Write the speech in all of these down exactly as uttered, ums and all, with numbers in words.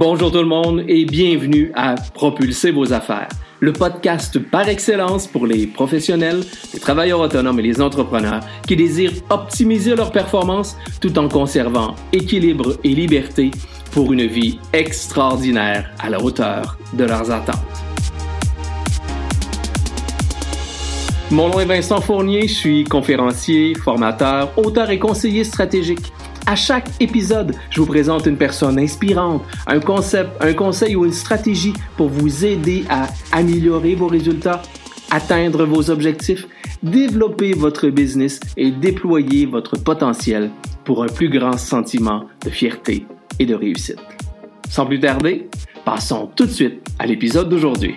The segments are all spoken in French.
Bonjour tout le monde et bienvenue à Propulser vos affaires, le podcast par excellence pour les professionnels, les travailleurs autonomes et les entrepreneurs qui désirent optimiser leur performance tout en conservant équilibre et liberté pour une vie extraordinaire à la hauteur de leurs attentes. Mon nom est Vincent Fournier, je suis conférencier, formateur, auteur et conseiller stratégique. À chaque épisode, je vous présente une personne inspirante, un concept, un conseil ou une stratégie pour vous aider à améliorer vos résultats, atteindre vos objectifs, développer votre business et déployer votre potentiel pour un plus grand sentiment de fierté et de réussite. Sans plus tarder, passons tout de suite à l'épisode d'aujourd'hui.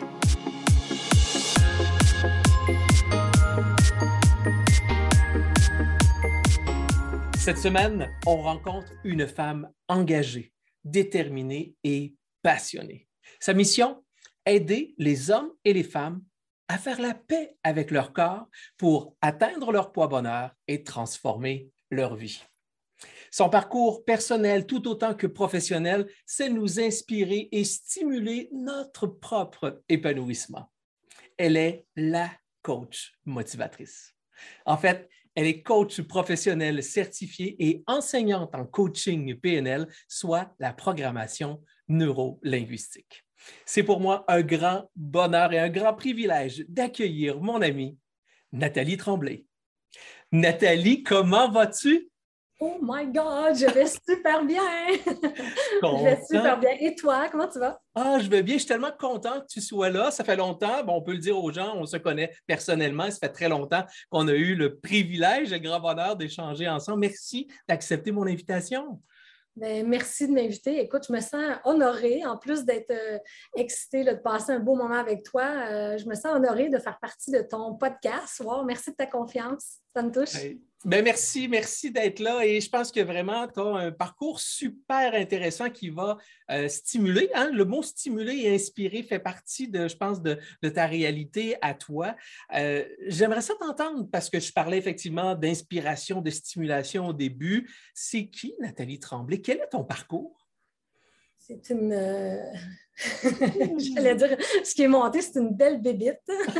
Cette semaine, on rencontre une femme engagée, déterminée et passionnée. Sa mission, aider les hommes et les femmes à faire la paix avec leur corps pour atteindre leur poids bonheur et transformer leur vie. Son parcours personnel tout autant que professionnel, c'est nous inspirer et stimuler notre propre épanouissement. Elle est la coach motivatrice. En fait, elle est coach professionnelle certifiée et enseignante en coaching P N L, soit la programmation neuro-linguistique. C'est pour moi un grand bonheur et un grand privilège d'accueillir mon amie Nathalie Tremblay. Nathalie, comment vas-tu? Oh my God, je vais super bien! Je vais super bien. Et toi, comment tu vas? Ah, je vais bien. Je suis tellement content que tu sois là. Ça fait longtemps. Bon, on peut le dire aux gens, on se connaît personnellement. Ça fait très longtemps qu'on a eu le privilège et le grand bonheur d'échanger ensemble. Merci d'accepter mon invitation. Bien, merci de m'inviter. Écoute, je me sens honorée, en plus d'être euh, excitée là, de passer un beau moment avec toi. Euh, je me sens honorée de faire partie de ton podcast. Wow, merci de ta confiance. Ça me touche. Hey. Bien, merci, merci d'être là et je pense que vraiment, tu as un parcours super intéressant qui va euh, stimuler. Hein? Le mot stimuler et inspirer fait partie, de, je pense, de, de ta réalité à toi. Euh, j'aimerais ça t'entendre parce que je parlais effectivement d'inspiration, de stimulation au début. C'est qui Nathalie Tremblay? Quel est ton parcours? C'est une... Euh... J'allais dire, ce qui est monté, c'est une belle bébite.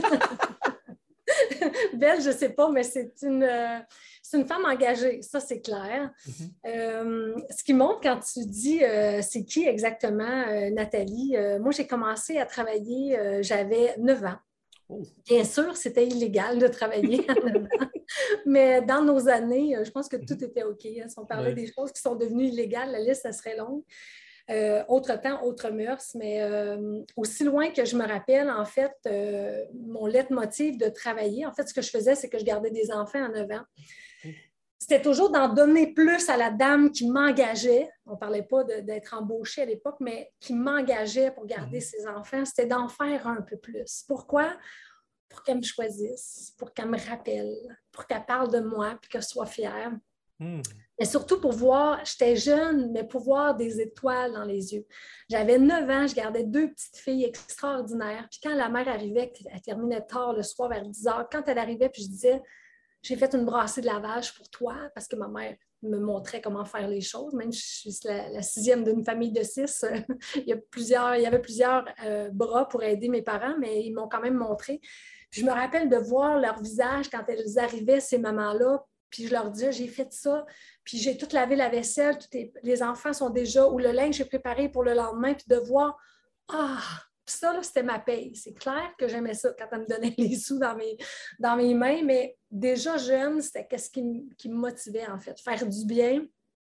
Belle, je ne sais pas, mais c'est une, euh, c'est une femme engagée, ça c'est clair. Mm-hmm. Euh, ce qui montre quand tu dis euh, c'est qui exactement euh, Nathalie, euh, moi j'ai commencé à travailler, euh, j'avais neuf ans. Oh. Bien sûr, c'était illégal de travailler à neuf ans, mais dans nos années, je pense que tout était OK. Hein. Si on parlait ouais. des choses qui sont devenues illégales, la liste, ça serait longue. Euh, autre temps, autre mœurs, mais euh, aussi loin que je me rappelle, en fait, euh, mon leitmotiv de travailler, en fait, ce que je faisais, c'est que je gardais des enfants à neuf ans. C'était toujours d'en donner plus à la dame qui m'engageait. On ne parlait pas de, d'être embauchée à l'époque, mais qui m'engageait pour garder mm-hmm. ses enfants. C'était d'en faire un peu plus. Pourquoi? Pour qu'elle me choisisse, pour qu'elle me rappelle, pour qu'elle parle de moi puis qu'elle soit fière. Mm. Mais surtout pour voir, j'étais jeune, mais pour voir des étoiles dans les yeux. J'avais neuf ans, je gardais deux petites filles extraordinaires. Puis quand la mère arrivait, elle terminait tard le soir vers dix heures, quand elle arrivait, puis je disais, j'ai fait une brassée de lavage pour toi, parce que ma mère me montrait comment faire les choses. Même si je suis la, la sixième d'une famille de six, euh, il y a plusieurs, il y avait plusieurs euh, bras pour aider mes parents, mais ils m'ont quand même montré. Puis je me rappelle de voir leur visage quand elles arrivaient, ces mamans-là. Puis je leur disais, j'ai fait ça, puis j'ai tout lavé la vaisselle, tout est, les enfants sont déjà, ou le linge est préparé pour le lendemain, puis de voir, ah, ça, là, c'était ma paye. C'est clair que j'aimais ça quand elle me donnait les sous dans mes, dans mes mains, mais déjà jeune, c'était qu'est-ce qui, m- qui me motivait, en fait. Faire du bien,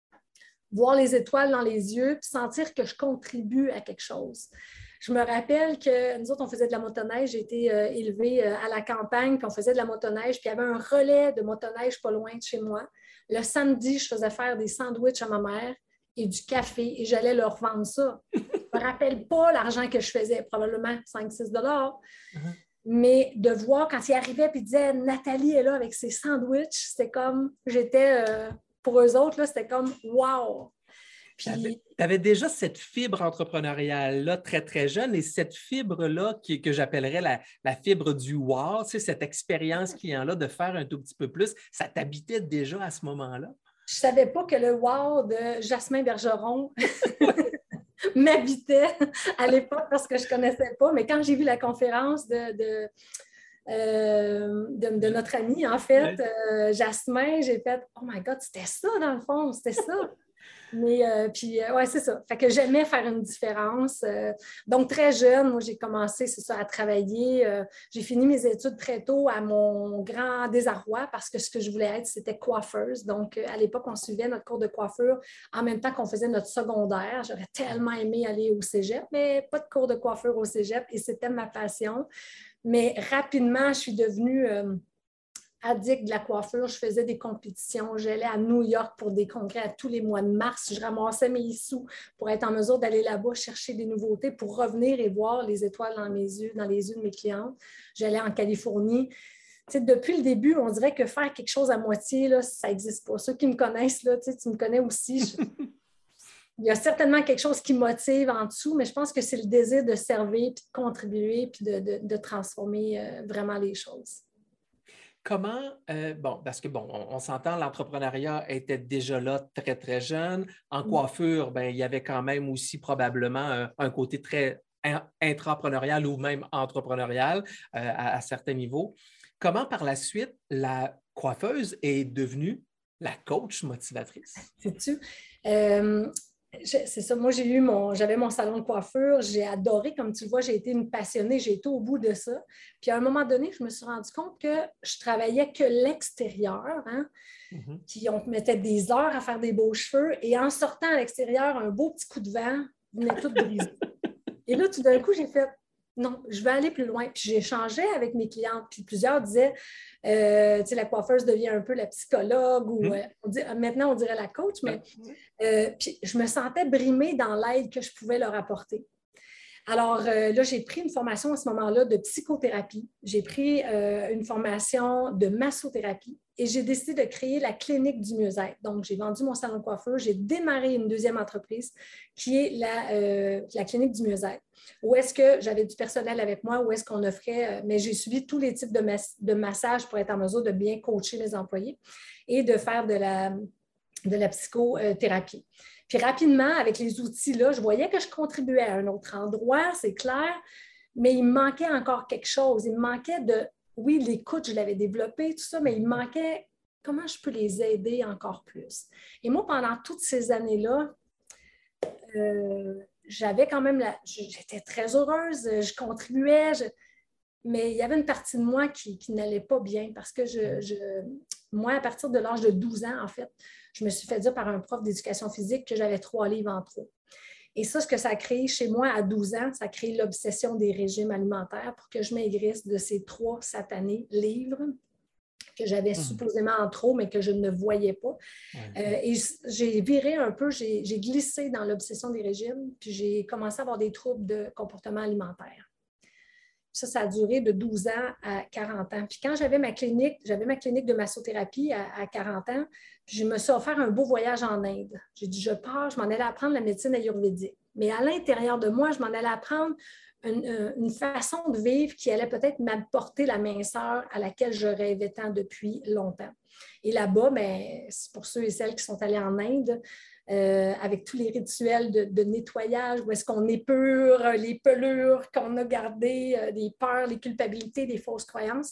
voir les étoiles dans les yeux, puis sentir que je contribue à quelque chose. Je me rappelle que nous autres, on faisait de la motoneige. J'ai été euh, élevée euh, à la campagne, puis on faisait de la motoneige. Puis il y avait un relais de motoneige pas loin de chez moi. Le samedi, je faisais faire des sandwichs à ma mère et du café et j'allais leur vendre ça. Je ne me rappelle pas l'argent que je faisais, probablement cinq six dollars. Mm-hmm. Mais de voir quand ils arrivaient et ils disaient « Nathalie est là avec ses sandwichs », c'était comme, j'étais, euh, pour eux autres, là, c'était comme « wow ». Tu avais déjà cette fibre entrepreneuriale-là très, très jeune et cette fibre-là qui, que j'appellerais la, la fibre du wow, tu sais, cette expérience client-là de faire un tout petit peu plus, ça t'habitait déjà à ce moment-là? Je ne savais pas que le wow de Jasmin Bergeron m'habitait à l'époque parce que je ne connaissais pas. Mais quand j'ai vu la conférence de, de, euh, de, de notre ami, en fait, euh, Jasmin, j'ai fait « Oh my God, c'était ça dans le fond, c'était ça! » Mais euh, puis, euh, ouais, c'est ça. Fait que j'aimais faire une différence. Euh, donc, très jeune, moi, j'ai commencé, c'est ça, à travailler. Euh, j'ai fini mes études très tôt à mon grand désarroi parce que ce que je voulais être, c'était coiffeuse. Donc, euh, à l'époque, on suivait notre cours de coiffure en même temps qu'on faisait notre secondaire. J'aurais tellement aimé aller au cégep, mais pas de cours de coiffure au cégep et c'était ma passion. Mais rapidement, je suis devenue... Euh, addict de la coiffure, je faisais des compétitions, j'allais à New York pour des congrès à tous les mois de mars, je ramassais mes sous pour être en mesure d'aller là-bas chercher des nouveautés pour revenir et voir les étoiles dans mes yeux, dans les yeux de mes clientes. J'allais en Californie. Tu sais, depuis le début, on dirait que faire quelque chose à moitié, là, ça n'existe pas. Ceux qui me connaissent, là, tu sais, tu me connais aussi. Je... Il y a certainement quelque chose qui motive en dessous, mais je pense que c'est le désir de servir, puis de contribuer, puis de, de, de transformer euh, vraiment les choses. Comment, euh, bon, parce que bon, on, on s'entend, l'entrepreneuriat était déjà là très, très jeune. En coiffure, ben, il y avait quand même aussi probablement un, un côté très intrapreneurial ou même entrepreneurial euh, à, à certains niveaux. Comment par la suite, la coiffeuse est devenue la coach motivatrice? Sais-tu? Euh, c'est ça, moi j'ai eu mon, j'avais mon salon de coiffure, j'ai adoré, comme tu le vois, j'ai été une passionnée, j'ai été au bout de ça. Puis à un moment donné, je me suis rendu compte que je travaillais que l'extérieur, hein, mm-hmm. Puis on mettait des heures à faire des beaux cheveux et en sortant à l'extérieur, un beau petit coup de vent venait tout briser. Et là, tout d'un coup, j'ai fait non, je vais aller plus loin. Puis j'ai échangé avec mes clientes, puis plusieurs disaient, euh, tu sais, la coiffeuse devient un peu la psychologue ou euh, on dit, maintenant on dirait la coach, mais euh, puis je me sentais brimée dans l'aide que je pouvais leur apporter. Alors euh, là, j'ai pris une formation à ce moment-là de psychothérapie. J'ai pris euh, une formation de massothérapie et j'ai décidé de créer la clinique du mieux-être. Donc, j'ai vendu mon salon de coiffure, j'ai démarré une deuxième entreprise qui est la, euh, la clinique du mieux-être. Où est-ce que j'avais du personnel avec moi, où est-ce qu'on offrait, euh, mais j'ai suivi tous les types de, mas- de massages pour être en mesure de bien coacher mes employés et de faire de la, de la psychothérapie. Puis rapidement, avec les outils-là, je voyais que je contribuais à un autre endroit, c'est clair, mais il me manquait encore quelque chose. Il me manquait de, oui, l'écoute, je l'avais développé, tout ça, mais il me manquait comment je peux les aider encore plus. Et moi, pendant toutes ces années-là, euh, j'avais quand même, la, j'étais très heureuse, je contribuais, je, mais il y avait une partie de moi qui, qui n'allait pas bien parce que je, je, moi, à partir de l'âge de douze ans, en fait, je me suis fait dire par un prof d'éducation physique que j'avais trois livres en trop. Et ça, ce que ça a créé chez moi à douze ans, ça a créé l'obsession des régimes alimentaires pour que je maigrisse de ces trois satanés livres que j'avais mmh. supposément en trop, mais que je ne voyais pas. Ouais. Euh, et j'ai viré un peu, j'ai, j'ai glissé dans l'obsession des régimes, puis j'ai commencé à avoir des troubles de comportement alimentaire. Ça, ça a duré de douze ans à quarante ans. Puis quand j'avais ma clinique, j'avais ma clinique de massothérapie à, à quarante ans, puis je me suis offert un beau voyage en Inde. J'ai dit, je pars, je m'en allais apprendre la médecine ayurvédique. Mais à l'intérieur de moi, je m'en allais apprendre une, une façon de vivre qui allait peut-être m'apporter la minceur à laquelle je rêvais tant depuis longtemps. Et là-bas, bien, c'est pour ceux et celles qui sont allés en Inde, Euh, avec tous les rituels de, de nettoyage, où est-ce qu'on épure, les pelures qu'on a gardées, euh, les peurs, les culpabilités, les fausses croyances.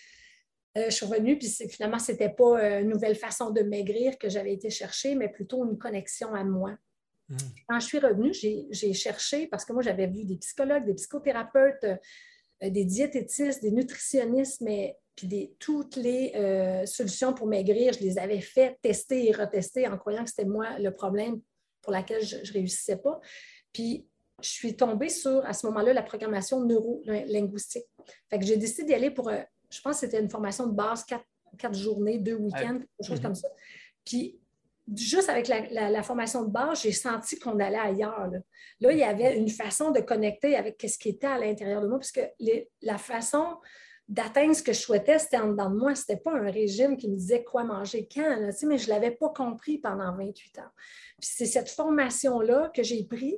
Euh, je suis revenue, puis c'est, finalement, ce n'était pas une nouvelle façon de maigrir que j'avais été chercher, mais plutôt une connexion à moi. Mmh. Quand je suis revenue, j'ai, j'ai cherché, parce que moi, j'avais vu des psychologues, des psychothérapeutes, euh, des diététistes, des nutritionnistes, mais puis des, toutes les euh, solutions pour maigrir, je les avais fait tester et retester en croyant que c'était moi le problème pour lequel je ne réussissais pas. Puis, je suis tombée sur, à ce moment-là, la programmation neuro-linguistique. Fait que j'ai décidé d'y aller pour, euh, je pense que c'était une formation de base, quatre, quatre journées, deux week-ends, quelque chose mm-hmm. comme ça. Puis, juste avec la, la, la formation de base, j'ai senti qu'on allait ailleurs. Là. là, il y avait une façon de connecter avec ce qui était à l'intérieur de moi, parce que les, la façon d'atteindre ce que je souhaitais, c'était en dedans de moi. Ce n'était pas un régime qui me disait quoi manger quand, là, mais je ne l'avais pas compris pendant vingt-huit ans. Puis c'est cette formation-là que j'ai prise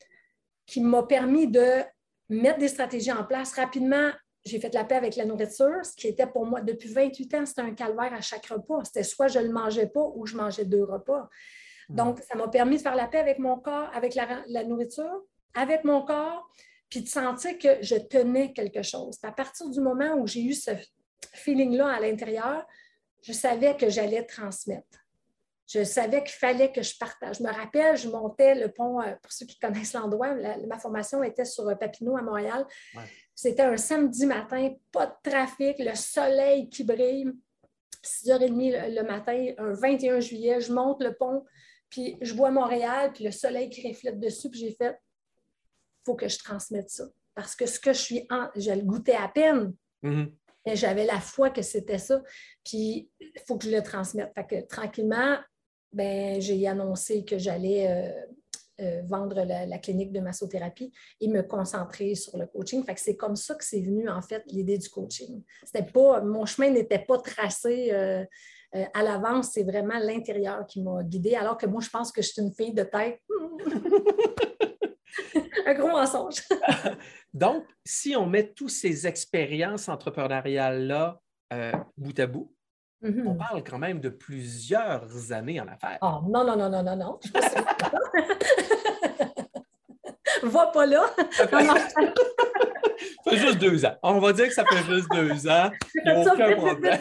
qui m'a permis de mettre des stratégies en place rapidement. J'ai fait la paix avec la nourriture, ce qui était pour moi, depuis vingt-huit ans, c'était un calvaire à chaque repas. C'était soit je ne le mangeais pas ou je mangeais deux repas. Donc, ça m'a permis de faire la paix avec mon corps, avec la, la nourriture, avec mon corps, puis de sentir que je tenais quelque chose. Puis à partir du moment où j'ai eu ce feeling-là à l'intérieur, je savais que j'allais transmettre. Je savais qu'il fallait que je partage. Je me rappelle, je montais le pont, pour ceux qui connaissent l'endroit, la, ma formation était sur Papineau à Montréal. Ouais. C'était un samedi matin, pas de trafic, le soleil qui brille. six heures trente le, le matin, un vingt et un juillet, je monte le pont, puis je vois Montréal, puis le soleil qui reflète dessus, puis j'ai fait, il faut que je transmette ça. Parce que ce que je suis, en, je le goûtais à peine. Mm-hmm. Mais j'avais la foi que c'était ça, puis il faut que je le transmette. Fait que tranquillement, ben, j'ai annoncé que j'allais euh, euh, vendre la, la clinique de massothérapie et me concentrer sur le coaching. Fait que c'est comme ça que c'est venu, en fait, l'idée du coaching. C'était pas, mon chemin n'était pas tracé euh, euh, à l'avance, c'est vraiment l'intérieur qui m'a guidée, alors que moi, je pense que je suis une fille de tête. Un gros mensonge. Donc, si on met toutes ces expériences entrepreneuriales-là euh, bout à bout, mm-hmm. on parle quand même de plusieurs années en affaires. Oh, non, non, non, non, non, non. Je pense que... Va pas là. Ça fait... ça fait juste deux ans. On va dire que ça fait juste deux ans. Il n'y a aucun problème.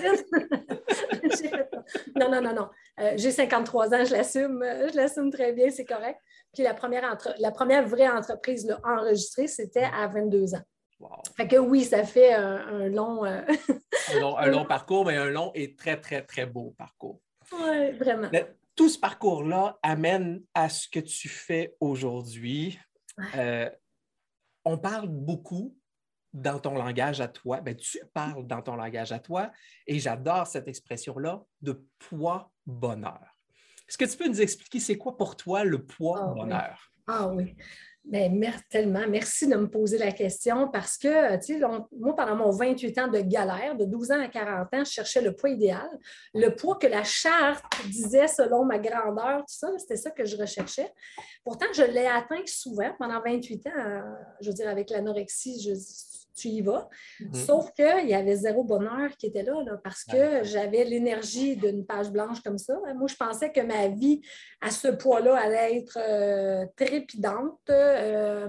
Non, non, non, non. Euh, j'ai cinquante-trois ans, je l'assume. Je l'assume très bien, c'est correct. Puis la première, entre... la première vraie entreprise là, enregistrée, c'était à vingt-deux ans. Wow. Fait que oui, ça fait un, un long... Euh... un, long un long parcours, mais un long et très, très, très beau parcours. Oui, vraiment. Mais tout ce parcours-là amène à ce que tu fais aujourd'hui. Ouais. Euh, on parle beaucoup dans ton langage à toi. Bien, tu parles dans ton langage à toi et j'adore cette expression-là de poids-bonheur. Est-ce que tu peux nous expliquer c'est quoi pour toi le poids-bonheur? Oui. Ah oui. Bien, merci tellement. Merci de me poser la question parce que, tu sais, on, moi, pendant mon vingt-huit ans de galère, de douze ans à quarante ans, je cherchais le poids idéal. Le poids que la charte disait selon ma grandeur, tout ça, c'était ça que je recherchais. Pourtant, je l'ai atteint souvent pendant vingt-huit ans. Je veux dire, avec l'anorexie, je tu y vas. Mm-hmm. Sauf qu'il y avait zéro bonheur qui était là, là parce que ouais. j'avais l'énergie d'une page blanche comme ça. Moi, je pensais que ma vie à ce poids-là allait être euh, trépidante, euh,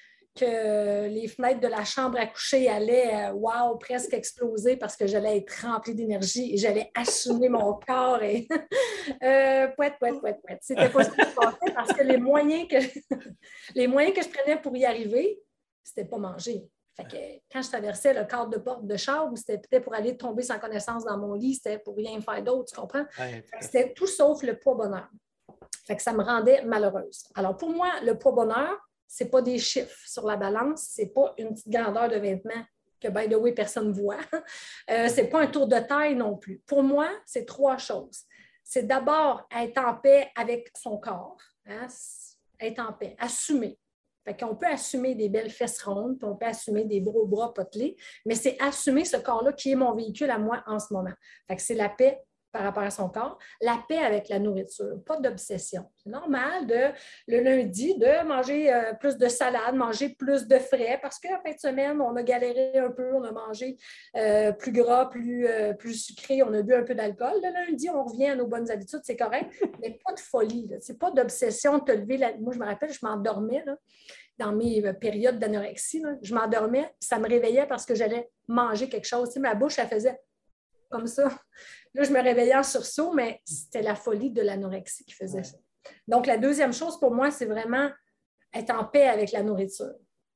que les fenêtres de la chambre à coucher allaient, euh, wow, presque exploser parce que j'allais être remplie d'énergie et j'allais assumer mon corps et euh, pouette, pouette, pouette, pouette. C'était pas ce qui se passait parce que les moyens que, les moyens que je prenais pour y arriver, c'était pas manger. Fait que quand je traversais le cadre de porte de char, c'était peut-être pour aller tomber sans connaissance dans mon lit, c'était pour rien faire d'autre, tu comprends? Ouais, c'était tout sauf le poids-bonheur. Fait que ça me rendait malheureuse. Alors pour moi, le poids-bonheur, ce n'est pas des chiffres sur la balance, ce n'est pas une petite grandeur de vêtements que, by the way, personne ne voit. Euh, ce n'est pas un tour de taille non plus. Pour moi, c'est trois choses. C'est d'abord être en paix avec son corps, hein? Être en paix, assumer. Fait qu'on peut assumer des belles fesses rondes, puis on peut assumer des gros bras potelés, mais c'est assumer ce corps-là qui est mon véhicule à moi en ce moment. Fait que c'est la paix par rapport à son corps, la paix avec la nourriture, pas d'obsession. C'est normal de, le lundi de manger euh, plus de salade, manger plus de frais, parce qu'en fin de semaine, on a galéré un peu, on a mangé euh, plus gras, plus, euh, plus sucré, on a bu un peu d'alcool. Le lundi, on revient à nos bonnes habitudes, c'est correct, mais pas de folie. Là. C'est pas d'obsession de te lever. La... Moi, je me rappelle, je m'endormais là, dans mes périodes d'anorexie. Là. Je m'endormais, ça me réveillait parce que j'allais manger quelque chose. Tu sais, ma bouche, elle faisait comme ça. Là, je me réveillais en sursaut, mais c'était la folie de l'anorexie qui faisait ouais. ça. Donc, la deuxième chose pour moi, c'est vraiment être en paix avec la nourriture.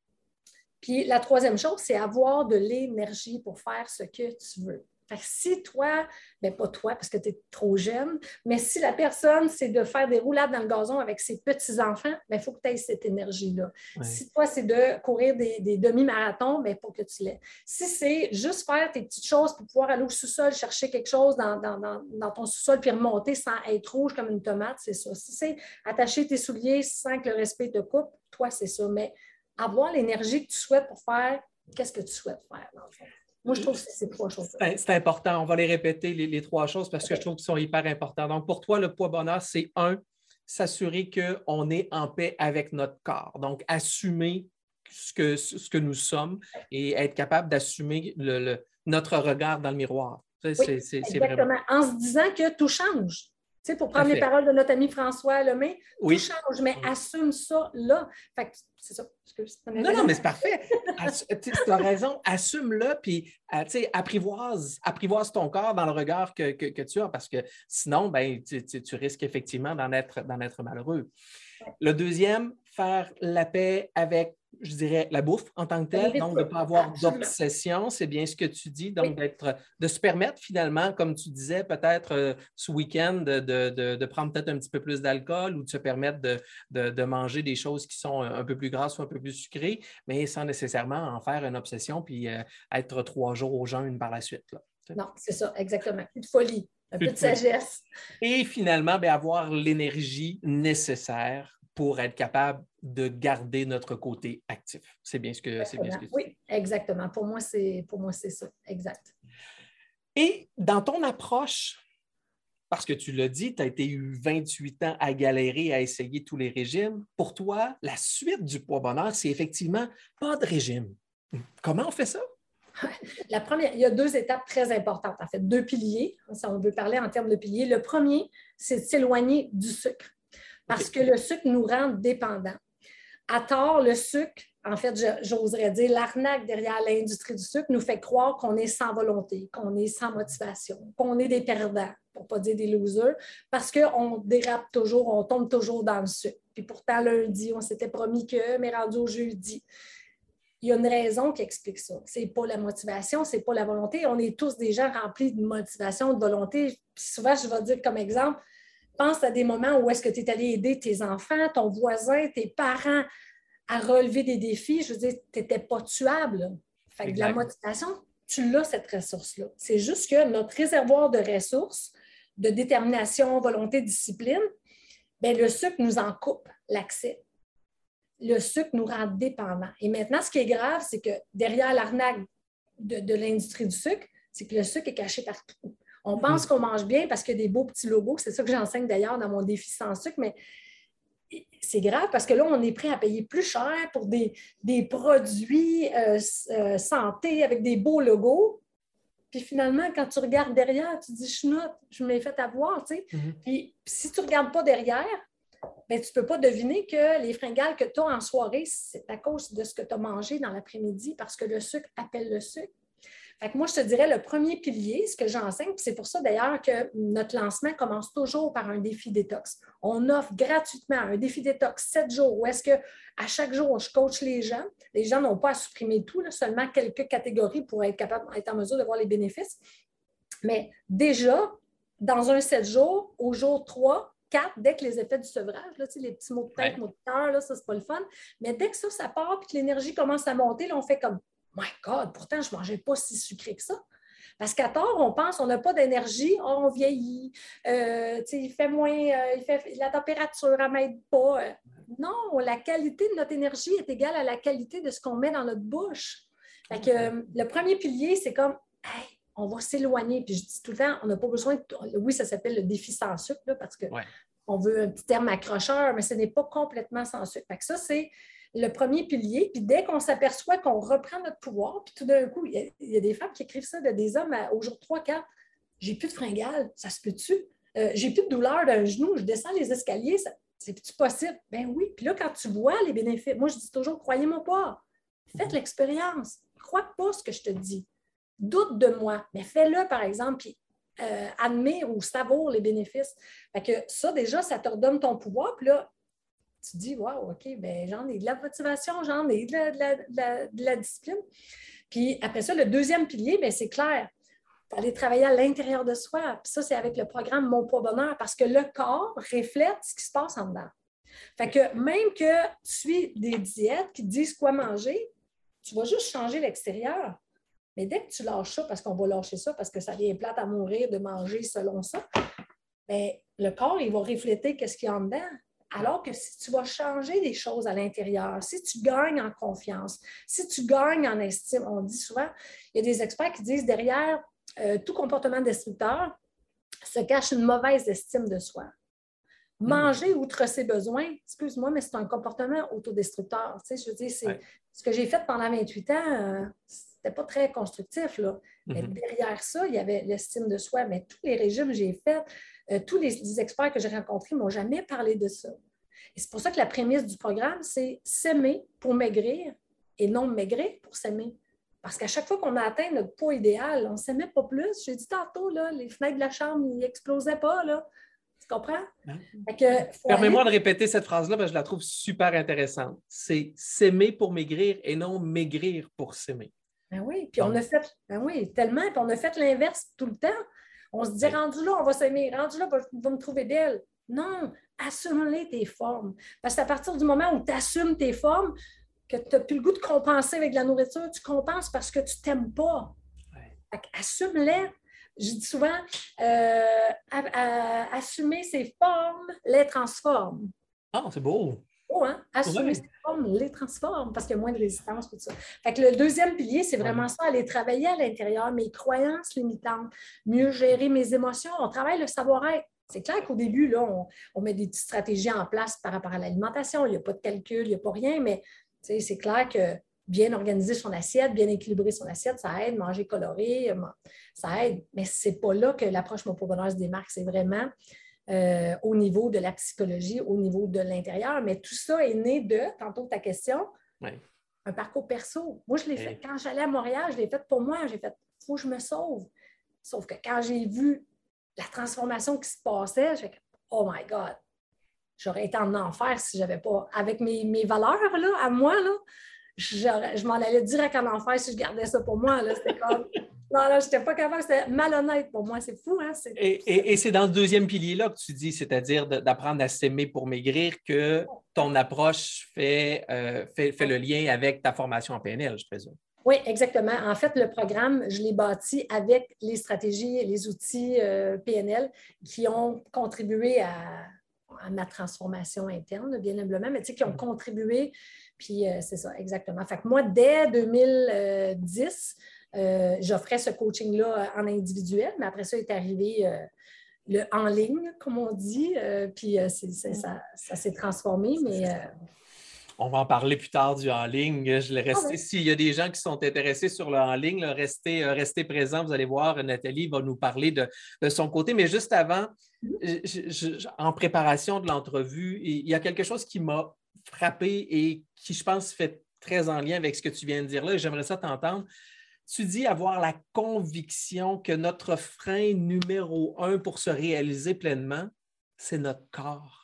Puis, la troisième chose, c'est avoir de l'énergie pour faire ce que tu veux. Fait que si toi, bien pas toi parce que tu es trop jeune, mais si la personne, c'est de faire des roulades dans le gazon avec ses petits-enfants, il faut que tu aies cette énergie-là. Ouais. Si toi, c'est de courir des, des demi-marathons, il faut que tu l'aies. Si c'est juste faire tes petites choses pour pouvoir aller au sous-sol, chercher quelque chose dans, dans, dans, dans ton sous-sol puis remonter sans être rouge comme une tomate, c'est ça. Si c'est attacher tes souliers sans que le respect te coupe, toi, c'est ça. Mais avoir l'énergie que tu souhaites pour faire, qu'est-ce que tu souhaites faire dans le fond? Moi, je trouve que c'est ces trois choses. C'est, c'est important. On va les répéter, les, les trois choses, parce que je trouve qu'ils sont hyper importants. Donc, pour toi, le poids-bonheur, c'est un, s'assurer qu'on est en paix avec notre corps. Donc, assumer ce que, ce que nous sommes et être capable d'assumer le, le, notre regard dans le miroir. C'est, oui, c'est, c'est exactement. Vraiment... En se disant que tout change. Tu sais, pour prendre les paroles de notre ami François Lemay, oui. tout change, mais oui. Assume ça là. Fait que c'est ça. Excuse, non, non, mais c'est parfait. Tu as raison. Assume-le, puis apprivoise, apprivoise ton corps dans le regard que, que, que tu as, parce que sinon, ben, tu, tu, tu risques effectivement d'en être, d'en être malheureux. Ouais. Le deuxième, faire la paix avec, je dirais, la bouffe en tant que telle, donc de ne pas avoir d'obsession, c'est bien ce que tu dis, donc oui. d'être, de se permettre finalement, comme tu disais, peut-être euh, ce week-end, de, de, de, de prendre peut-être un petit peu plus d'alcool ou de se permettre de, de, de manger des choses qui sont un peu plus grasses ou un peu plus sucrées, mais sans nécessairement en faire une obsession puis euh, être trois jours au jeûne par la suite. Là. Non, c'est ça, exactement. Plus de folie, un peu de, de sagesse. Et finalement, bien, avoir l'énergie nécessaire pour être capable de garder notre côté actif. C'est bien ce que, c'est bien ce que tu dis. Oui, exactement. Pour moi, c'est, pour moi, c'est ça. Exact. Et dans ton approche, parce que tu l'as dit, tu as été eu vingt-huit ans à galérer, à essayer tous les régimes. Pour toi, la suite du poids bonheur, c'est effectivement pas de régime. Comment on fait ça? La première, il y a deux étapes très importantes, en fait, deux piliers, si on veut parler en termes de piliers. Le premier, c'est de s'éloigner du sucre. Parce okay. que le sucre nous rend dépendants. À tort, le sucre, en fait, j'oserais dire, l'arnaque derrière l'industrie du sucre nous fait croire qu'on est sans volonté, qu'on est sans motivation, qu'on est des perdants, pour ne pas dire des losers, parce qu'on dérape toujours, on tombe toujours dans le sucre. Puis pourtant, lundi, on s'était promis que, mais rendu au jeudi. Il y a une raison qui explique ça. Ce n'est pas la motivation, ce n'est pas la volonté. On est tous des gens remplis de motivation, de volonté. Puis souvent, je vais dire comme exemple, pense à des moments où est-ce que tu es allé aider tes enfants, ton voisin, tes parents à relever des défis. Je veux dire, tu n'étais pas tuable. Fait que de la motivation, tu l'as, cette ressource-là. C'est juste que notre réservoir de ressources, de détermination, volonté, discipline, bien, le sucre nous en coupe l'accès. Le sucre nous rend dépendants. Et maintenant, ce qui est grave, c'est que derrière l'arnaque de, de l'industrie du sucre, c'est que le sucre est caché partout. On pense qu'on mange bien parce qu'il y a des beaux petits logos. C'est ça que j'enseigne d'ailleurs dans mon défi sans sucre, mais c'est grave parce que là, on est prêt à payer plus cher pour des, des produits euh, euh, santé avec des beaux logos. Puis finalement, quand tu regardes derrière, tu te dis « chenoute, je m'ai fait avoir. » tu sais. Mm-hmm. Puis si tu ne regardes pas derrière, ben, tu ne peux pas deviner que les fringales que tu as en soirée, c'est à cause de ce que tu as mangé dans l'après-midi parce que le sucre appelle le sucre. Fait que moi, je te dirais le premier pilier, ce que j'enseigne, puis c'est pour ça d'ailleurs que notre lancement commence toujours par un défi détox. On offre gratuitement un défi détox sept jours où est-ce qu'à chaque jour, je coach les gens. Les gens n'ont pas à supprimer tout, là, seulement quelques catégories pour être capable d'être en mesure de voir les bénéfices. Mais déjà, dans un sept jours, au jour trois, quatre, dès que les effets du sevrage, là, tu sais, les petits mots de tête, ouais. mots de cœur, là, ça, c'est pas le fun. Mais dès que ça, ça part et que l'énergie commence à monter, là, on fait comme My God, pourtant, je ne mangeais pas si sucré que ça. Parce qu'à tort, on pense qu'on n'a pas d'énergie, oh, on vieillit, euh, il fait moins, euh, il fait, la température ne m'aide pas. Non, la qualité de notre énergie est égale à la qualité de ce qu'on met dans notre bouche. Fait que, euh, le premier pilier, c'est comme, hey, on va s'éloigner. Puis je dis tout le temps, on n'a pas besoin de... Oui, ça s'appelle le défi sans sucre, là, parce qu'on ouais. veut un petit terme accrocheur, mais ce n'est pas complètement sans sucre. Fait que ça, c'est le premier pilier. Puis dès qu'on s'aperçoit qu'on reprend notre pouvoir, puis tout d'un coup, il y, a, il y a des femmes qui écrivent ça de des hommes à, au jour trois, quatre. J'ai plus de fringales, ça se peut-tu? Euh, j'ai plus de douleur d'un genou, je descends les escaliers, ça, c'est-tu possible? Ben oui. Puis là, quand tu vois les bénéfices, moi, je dis toujours, croyez-moi pas. Faites l'expérience. Crois pas ce que je te dis. Doute de moi, mais fais-le, par exemple, puis euh, admets ou savoure les bénéfices. Fait que ça, déjà, ça te redonne ton pouvoir. Puis là, tu te dis, wow, OK, ben j'en ai de la motivation, j'en ai de la, de la, de la, de la discipline. Puis après ça, le deuxième pilier, bien, c'est clair. Il faut aller travailler à l'intérieur de soi. Puis ça, c'est avec le programme Mon Poids Bonheur, parce que le corps reflète ce qui se passe en dedans. Fait que même que tu suis des diètes qui te disent quoi manger, tu vas juste changer l'extérieur. Mais dès que tu lâches ça, parce qu'on va lâcher ça, parce que ça vient plate à mourir de manger selon ça, bien, le corps, il va refléter ce qu'il y a en dedans. Alors que si tu vas changer des choses à l'intérieur, si tu gagnes en confiance, si tu gagnes en estime, on dit souvent, il y a des experts qui disent derrière euh, tout comportement destructeur se cache une mauvaise estime de soi. Manger outre ses besoins, excuse-moi, mais c'est un comportement autodestructeur. Tu sais, je veux dire, c'est ouais. ce que j'ai fait pendant vingt-huit ans, euh, c'était pas très constructif, là. Mais Mm-hmm. derrière ça, il y avait l'estime de soi. Mais tous les régimes que j'ai faits, euh, tous les, les experts que j'ai rencontrés ne m'ont jamais parlé de ça. Et c'est pour ça que la prémisse du programme, c'est s'aimer pour maigrir et non maigrir pour s'aimer. Parce qu'à chaque fois qu'on a atteint notre poids idéal, on ne s'aimait pas plus. J'ai dit tantôt, là, les fenêtres de la chambre n'explosaient pas, là. Tu comprends? Permets-moi aller... de répéter cette phrase-là parce que je la trouve super intéressante. C'est s'aimer pour maigrir et non maigrir pour s'aimer. Ben oui, puis on a fait, ben oui, tellement, puis on a fait l'inverse tout le temps. On se dit, oui. rendu là, on va s'aimer, rendu là, on va me trouver belle. Non, assume-les tes formes. Parce qu'à partir du moment où tu assumes tes formes, que tu n'as plus le goût de compenser avec de la nourriture, tu compenses parce que tu ne t'aimes pas. Ouais. Assume-les. Je dis souvent, euh, à, à, assumer ses formes les transforme. Ah, c'est beau. Oh, hein? Assumer ouais. ses formes les transforme parce qu'il y a moins de résistance, tout ça. Fait que le deuxième pilier, c'est vraiment ouais. ça, aller travailler à l'intérieur, mes croyances limitantes, mieux gérer mes émotions. On travaille le savoir-être. C'est clair qu'au début, là, on, on met des petites stratégies en place par rapport à l'alimentation. Il n'y a pas de calcul, il n'y a pas rien, mais c'est clair que bien organiser son assiette, bien équilibrer son assiette, ça aide, manger coloré, ça aide. Mais ce n'est pas là que l'approche Mon Pot Bonheur se démarque. C'est vraiment euh, au niveau de la psychologie, au niveau de l'intérieur. Mais tout ça est né de, tantôt ta question, oui. un parcours perso. Moi, je l'ai fait. Quand j'allais à Montréal, je l'ai fait pour moi. J'ai fait, il faut que je me sauve. Sauf que quand j'ai vu la transformation qui se passait, j'ai fait, oh my God, j'aurais été en enfer si je n'avais pas, avec mes, mes valeurs là, à moi, là, je m'en allais direct en enfer si je gardais ça pour moi. C'était comme, non, là, je n'étais pas capable, c'était malhonnête pour moi, c'est fou. Hein? Et, et, et c'est dans le deuxième pilier-là que tu dis, c'est-à-dire d'apprendre à s'aimer pour maigrir, que ton approche fait, euh, fait, fait le lien avec ta formation en P N L, je présume. Oui, exactement. En fait, le programme, je l'ai bâti avec les stratégies et les outils euh, P N L qui ont contribué à, à ma transformation interne, bien humblement, mais tu sais, qui ont contribué. Puis euh, c'est ça, exactement. Fait que moi, dès deux mille dix, euh, j'offrais ce coaching-là en individuel, mais après ça est arrivé euh, le en ligne, comme on dit. Euh, puis euh, c'est, c'est, ça, ça s'est transformé, mais... Euh, On va en parler plus tard du en ligne. Je l'ai resté. Ah oui. S'il y a des gens qui sont intéressés sur le en ligne, là, restez, euh, restez présents. Vous allez voir, Nathalie va nous parler de, de son côté. Mais juste avant, je, je, en préparation de l'entrevue, il y a quelque chose qui m'a frappé et qui, je pense, fait très en lien avec ce que tu viens de dire là. Et j'aimerais ça t'entendre. Tu dis avoir la conviction que notre frein numéro un pour se réaliser pleinement, c'est notre corps.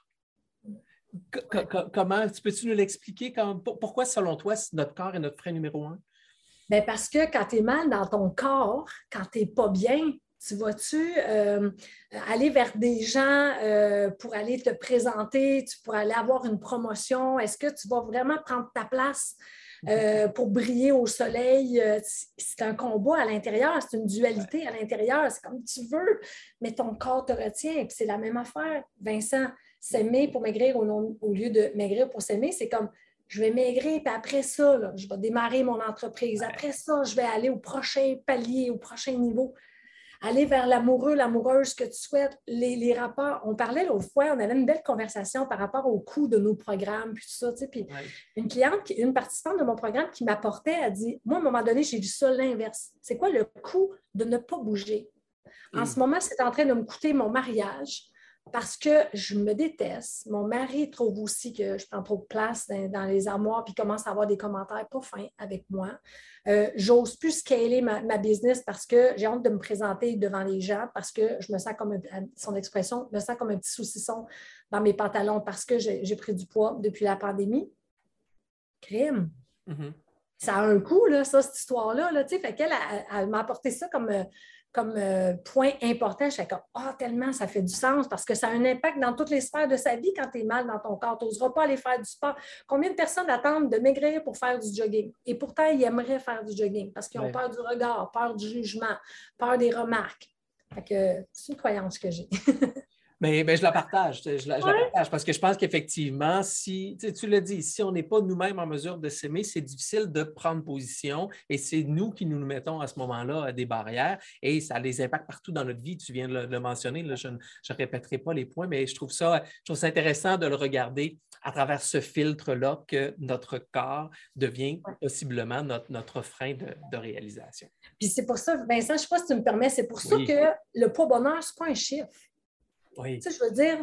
Comment, peux-tu nous l'expliquer? Pourquoi, selon toi, notre corps est notre frein numéro un? Bien, parce que quand tu es mal dans ton corps, quand tu n'es pas bien, tu vas-tu euh, aller vers des gens euh, pour aller te présenter, tu pourrais aller avoir une promotion? Est-ce que tu vas vraiment prendre ta place euh, pour briller au soleil? C'est un combat à l'intérieur, c'est une dualité à l'intérieur, c'est comme tu veux, mais ton corps te retient. Puis c'est la même affaire, Vincent. S'aimer pour maigrir au, non, au lieu de maigrir pour s'aimer, c'est comme je vais maigrir, puis après ça, là, je vais démarrer mon entreprise. Après ça, je vais aller au prochain palier, au prochain niveau. Aller vers l'amoureux, l'amoureuse que tu souhaites, les, les rapports. On parlait l'autre fois, on avait une belle conversation par rapport au coût de nos programmes, puis tout ça. Tu sais, puis ouais. Une cliente, une participante de mon programme qui m'apportait, a dit, moi, à un moment donné, j'ai vu ça l'inverse. C'est quoi le coût de ne pas bouger? En mmh. ce moment, c'est en train de me coûter mon mariage. Parce que je me déteste. Mon mari trouve aussi que je prends trop de place dans, dans les armoires puis commence à avoir des commentaires pas fins avec moi. Euh, j'ose plus scaler ma, ma business parce que j'ai honte de me présenter devant les gens parce que je me sens comme, un, son expression, je me sens comme un petit saucisson dans mes pantalons parce que j'ai, j'ai pris du poids depuis la pandémie. Crime. Mm-hmm. Ça a un coût, là, ça, cette histoire-là. Là, fait qu'elle elle, elle m'a apporté ça comme... comme euh, point important. Je suis comme, ah, oh, tellement ça fait du sens parce que ça a un impact dans toutes les sphères de sa vie quand tu es mal dans ton corps. Tu n'oseras pas aller faire du sport. Combien de personnes attendent de maigrir pour faire du jogging? Et pourtant, ils aimeraient faire du jogging parce qu'ils ont ouais. peur du regard, peur du jugement, peur des remarques. Fait que c'est une croyance que j'ai. Mais, mais je la partage, je la, je la Ouais. partage parce que je pense qu'effectivement, si, tu sais, tu l'as dit, si on n'est pas nous-mêmes en mesure de s'aimer, c'est difficile de prendre position et c'est nous qui nous mettons à ce moment-là à des barrières et ça a des impacts partout dans notre vie. Tu viens de le, le mentionner, là, je ne je répéterai pas les points, mais je trouve ça, je trouve ça intéressant de le regarder à travers ce filtre-là que notre corps devient Ouais. possiblement notre, notre frein de, de réalisation. Puis c'est pour ça, Vincent, je ne sais pas si tu me permets, c'est pour ça Oui. que le poids bonheur, ce n'est pas un chiffre. Oui. Tu sais, je veux dire,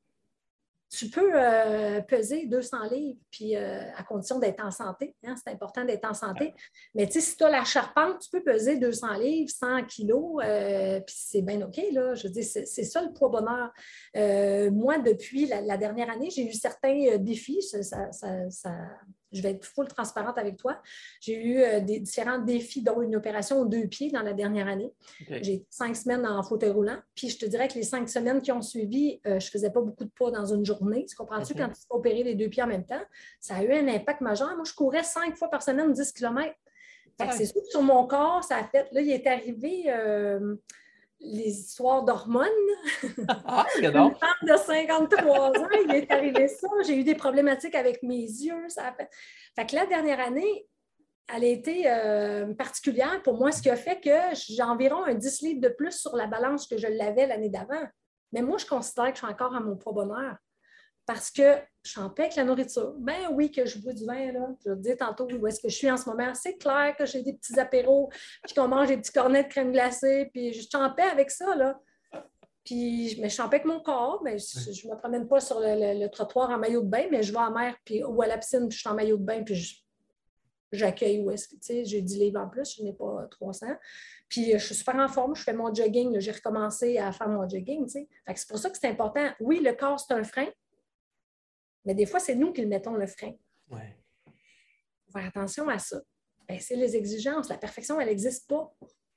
tu peux euh, peser deux cents livres, puis euh, à condition d'être en santé. Hein, c'est important d'être en santé. Mais tu sais, si tu as la charpente, tu peux peser deux cents livres, cent kilos, euh, puis c'est bien OK, là. Je veux dire, c'est, c'est ça le poids bonheur. Euh, moi, depuis la, la dernière année, j'ai eu certains défis. Ça, ça, ça, ça, je vais être full transparente avec toi. J'ai eu euh, des différents défis, dont une opération aux deux pieds dans la dernière année. Okay. J'ai cinq semaines en fauteuil roulant. Puis je te dirais que les cinq semaines qui ont suivi, euh, je ne faisais pas beaucoup de poids dans une journée. Tu comprends-tu? Okay. Quand tu peux opérer les deux pieds en même temps, ça a eu un impact majeur. Moi, je courais cinq fois par semaine, dix kilomètres. Fait que c'est sûr que sur mon corps, ça a fait... Là, il est arrivé... Euh, les histoires d'hormones. Ah, une femme de cinquante-trois ans, il est arrivé ça. J'ai eu des problématiques avec mes yeux. Ça a fait... fait que la dernière année, elle a été euh, particulière pour moi, ce qui a fait que j'ai environ un dix livres de plus sur la balance que je l'avais l'année d'avant. Mais moi, je considère que je suis encore à mon poids bonheur parce que je suis en paix avec la nourriture. Ben oui, que je bois du vin, là. Je vais te dire tantôt où est-ce que je suis en ce moment. C'est clair que j'ai des petits apéros, puis qu'on mange des petits cornets de crème glacée, puis je suis en paix avec ça, là. Puis, mais je suis en paix avec mon corps, mais je ne me promène pas sur le, le, le trottoir en maillot de bain, mais je vais à la mer puis, ou à la piscine, puis je suis en maillot de bain, puis je, j'accueille où est-ce que, tu sais, j'ai dix livres en plus, je n'ai pas trois cents. Puis, je suis super en forme, je fais mon jogging, là, j'ai recommencé à faire mon jogging, tu sais. Fait que c'est pour ça que c'est important. Oui, le corps, c'est un frein, mais des fois, c'est nous qui le mettons le frein. Ouais. Faut faire attention à ça. Bien, c'est les exigences. La perfection, elle n'existe pas.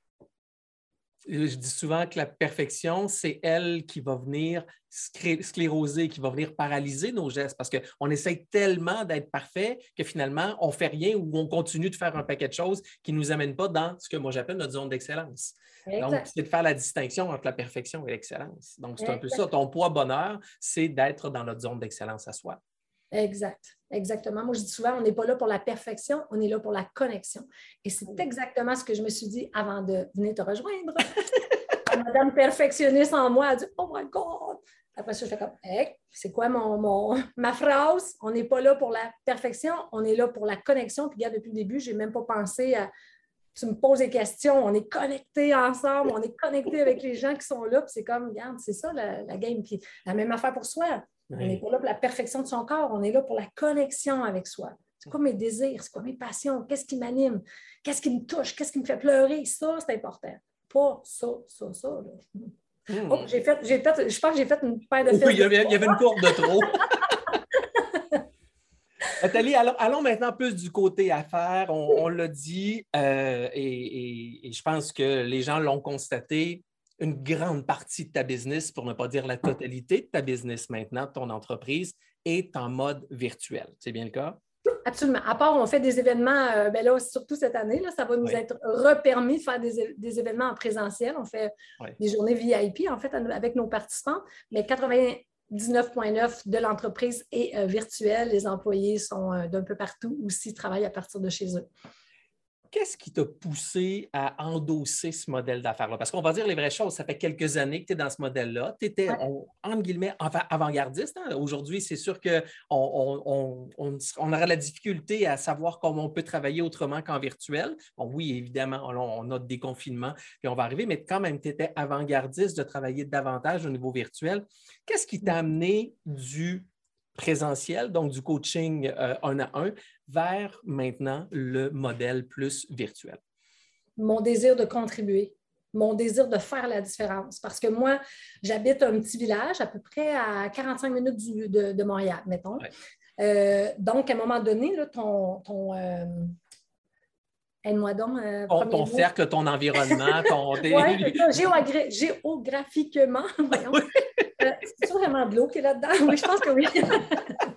Je dis souvent que la perfection, c'est elle qui va venir scléroser, qui va venir paralyser nos gestes parce qu'on essaie tellement d'être parfait que finalement, on ne fait rien ou on continue de faire un paquet de choses qui ne nous amènent pas dans ce que moi j'appelle notre zone d'excellence. Exact. Donc, c'est de faire la distinction entre la perfection et l'excellence. Donc, c'est exact. Un peu ça. Ton poids bonheur, c'est d'être dans notre zone d'excellence à soi. Exact. Exactement. Moi, je dis souvent, on n'est pas là pour la perfection, on est là pour la connexion. Et c'est exactement ce que je me suis dit avant de venir te rejoindre. Madame perfectionniste en moi a dit « Oh my God! » Après ça, je fais comme hey, « C'est quoi mon, mon, ma phrase? On n'est pas là pour la perfection, on est là pour la connexion. » Puis regarde, depuis le début, je n'ai même pas pensé à... Tu me poses des questions, on est connectés ensemble, on est connectés avec les gens qui sont là. Puis c'est comme, regarde, c'est ça la, la game. Puis la même affaire pour soi. Oui. On n'est pas là pour la perfection de son corps, on est là pour la connexion avec soi. C'est quoi mes désirs? C'est quoi mes passions? Qu'est-ce qui m'anime? Qu'est-ce qui me touche? Qu'est-ce qui me fait pleurer? Ça, c'est important. Pas ça, ça, ça. Là. Mm. Oh, j'ai fait, j'ai fait, je pense que j'ai fait une paire de fesses. Oui, il y avait, il y avait une courbe de trop. Nathalie, allons, allons maintenant plus du côté affaires. On, on l'a dit euh, et, et, et je pense que les gens l'ont constaté. Une grande partie de ta business, pour ne pas dire la totalité de ta business maintenant, de ton entreprise, est en mode virtuel. C'est bien le cas? Absolument. À part, on fait des événements, euh, ben là, surtout cette année, là, ça va nous oui. être repermis de faire des, des événements en présentiel. On fait oui. des journées V I P, en fait, avec nos participants, mais quatre-vingt-dix-neuf virgule neuf de l'entreprise est euh, virtuelle. Les employés sont euh, d'un peu partout aussi, travaillent à partir de chez eux. Qu'est-ce qui t'a poussé à endosser ce modèle d'affaires-là? Parce qu'on va dire les vraies choses, ça fait quelques années que tu es dans ce modèle-là. Tu étais, ouais. on, entre guillemets, avant-gardiste. Hein? Aujourd'hui, c'est sûr qu'on on, on, on, on aura la difficulté à savoir comment on peut travailler autrement qu'en virtuel. Bon, oui, évidemment, on, on a des confinements, puis on va arriver, mais quand même, tu étais avant-gardiste de travailler davantage au niveau virtuel. Qu'est-ce qui t'a amené du présentiel, donc du coaching euh, un à un, vers maintenant le modèle plus virtuel? Mon désir de contribuer, mon désir de faire la différence. Parce que moi, j'habite un petit village à peu près à quarante-cinq minutes du, de, de Montréal, mettons. Ouais. Euh, donc, à un moment donné, là, ton... ton euh, aide-moi donc. Euh, ton ton cercle, ton environnement, ton... oui, c'est ça. Géogra- géographiquement, voyons. Oui. Euh, c'est vraiment de l'eau qui est là-dedans? Oui, je pense que oui.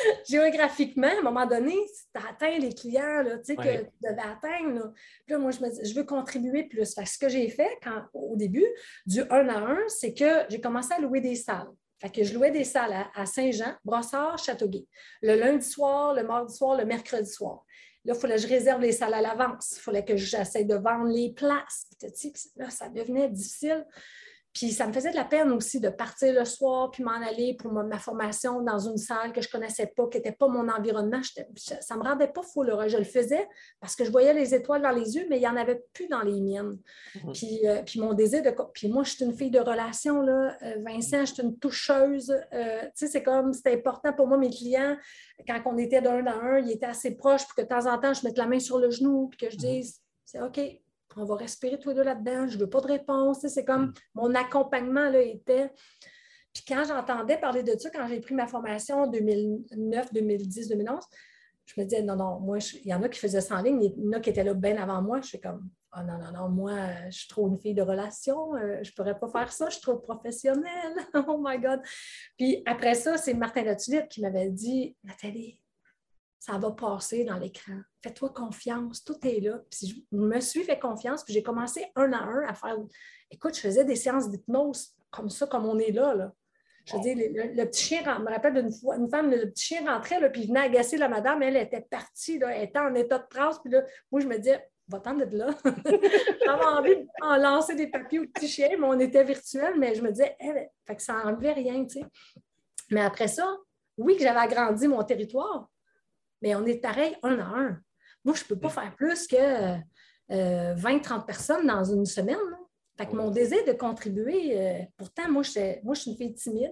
géographiquement, à un moment donné, tu as atteint les clients là, ouais. que tu devais atteindre. Là. Puis là, moi, je me dis, je veux contribuer plus. Fait que ce que j'ai fait quand, au début, du un à un, c'est que j'ai commencé à louer des salles. Fait que je louais des salles à, à Saint-Jean, Brossard, Châteauguay. Le lundi soir, le mardi soir, le mercredi soir. Là, il fallait que je réserve les salles à l'avance. Il fallait que j'essaie de vendre les places. Puis, là, ça devenait difficile. Puis ça me faisait de la peine aussi de partir le soir puis m'en aller pour ma, ma formation dans une salle que je ne connaissais pas, qui n'était pas mon environnement. J'étais, ça ne me rendait pas fou. Là. Je le faisais parce que je voyais les étoiles dans les yeux, mais il n'y en avait plus dans les miennes. Mm-hmm. Puis, euh, puis mon désir de... Puis moi, je suis une fille de relation, là. Euh, Vincent, je suis une toucheuse. Euh, tu sais, c'est comme, c'était important pour moi, mes clients, quand on était d'un à un, ils étaient assez proches pour que de temps en temps, je mette la main sur le genou puis que je dise, c'est OK. On va respirer tous les deux là-dedans, je ne veux pas de réponse. C'est comme mon accompagnement là, était. Puis quand j'entendais parler de ça, quand j'ai pris ma formation en deux mille neuf, deux mille dix, deux mille onze, je me disais, non, non, moi, je... il y en a qui faisaient ça en ligne, il y en a qui étaient là bien avant moi. Je suis comme, oh non, non, non, moi, je suis trop une fille de relation, euh, je ne pourrais pas faire ça, je suis trop professionnelle. Oh my God. Puis après ça, c'est Martin Latulippe qui m'avait dit, Nathalie, ça va passer dans l'écran. Fais-toi confiance, tout est là. Puis je me suis fait confiance, puis j'ai commencé un à un à faire... Écoute, je faisais des séances d'hypnose comme ça, comme on est là. là. Je veux dire, le, le petit chien, je me rappelle d'une fois, une femme, le petit chien rentrait, là, puis il venait agacer la madame, elle était partie, là, elle était en état de transe, puis là, moi, je me disais, va-t'en de là. J'avais envie de lancer des papiers au petit chien, mais on était virtuel, mais je me disais, hey, fait que ça n'enlevait rien, tu sais. Mais après ça, oui que j'avais agrandi mon territoire, mais on est pareil un à un. Moi, je ne peux pas faire plus que euh, vingt à trente personnes dans une semaine. Là. Fait que mon désir de contribuer, euh, pourtant, moi je, moi, je suis une fille timide.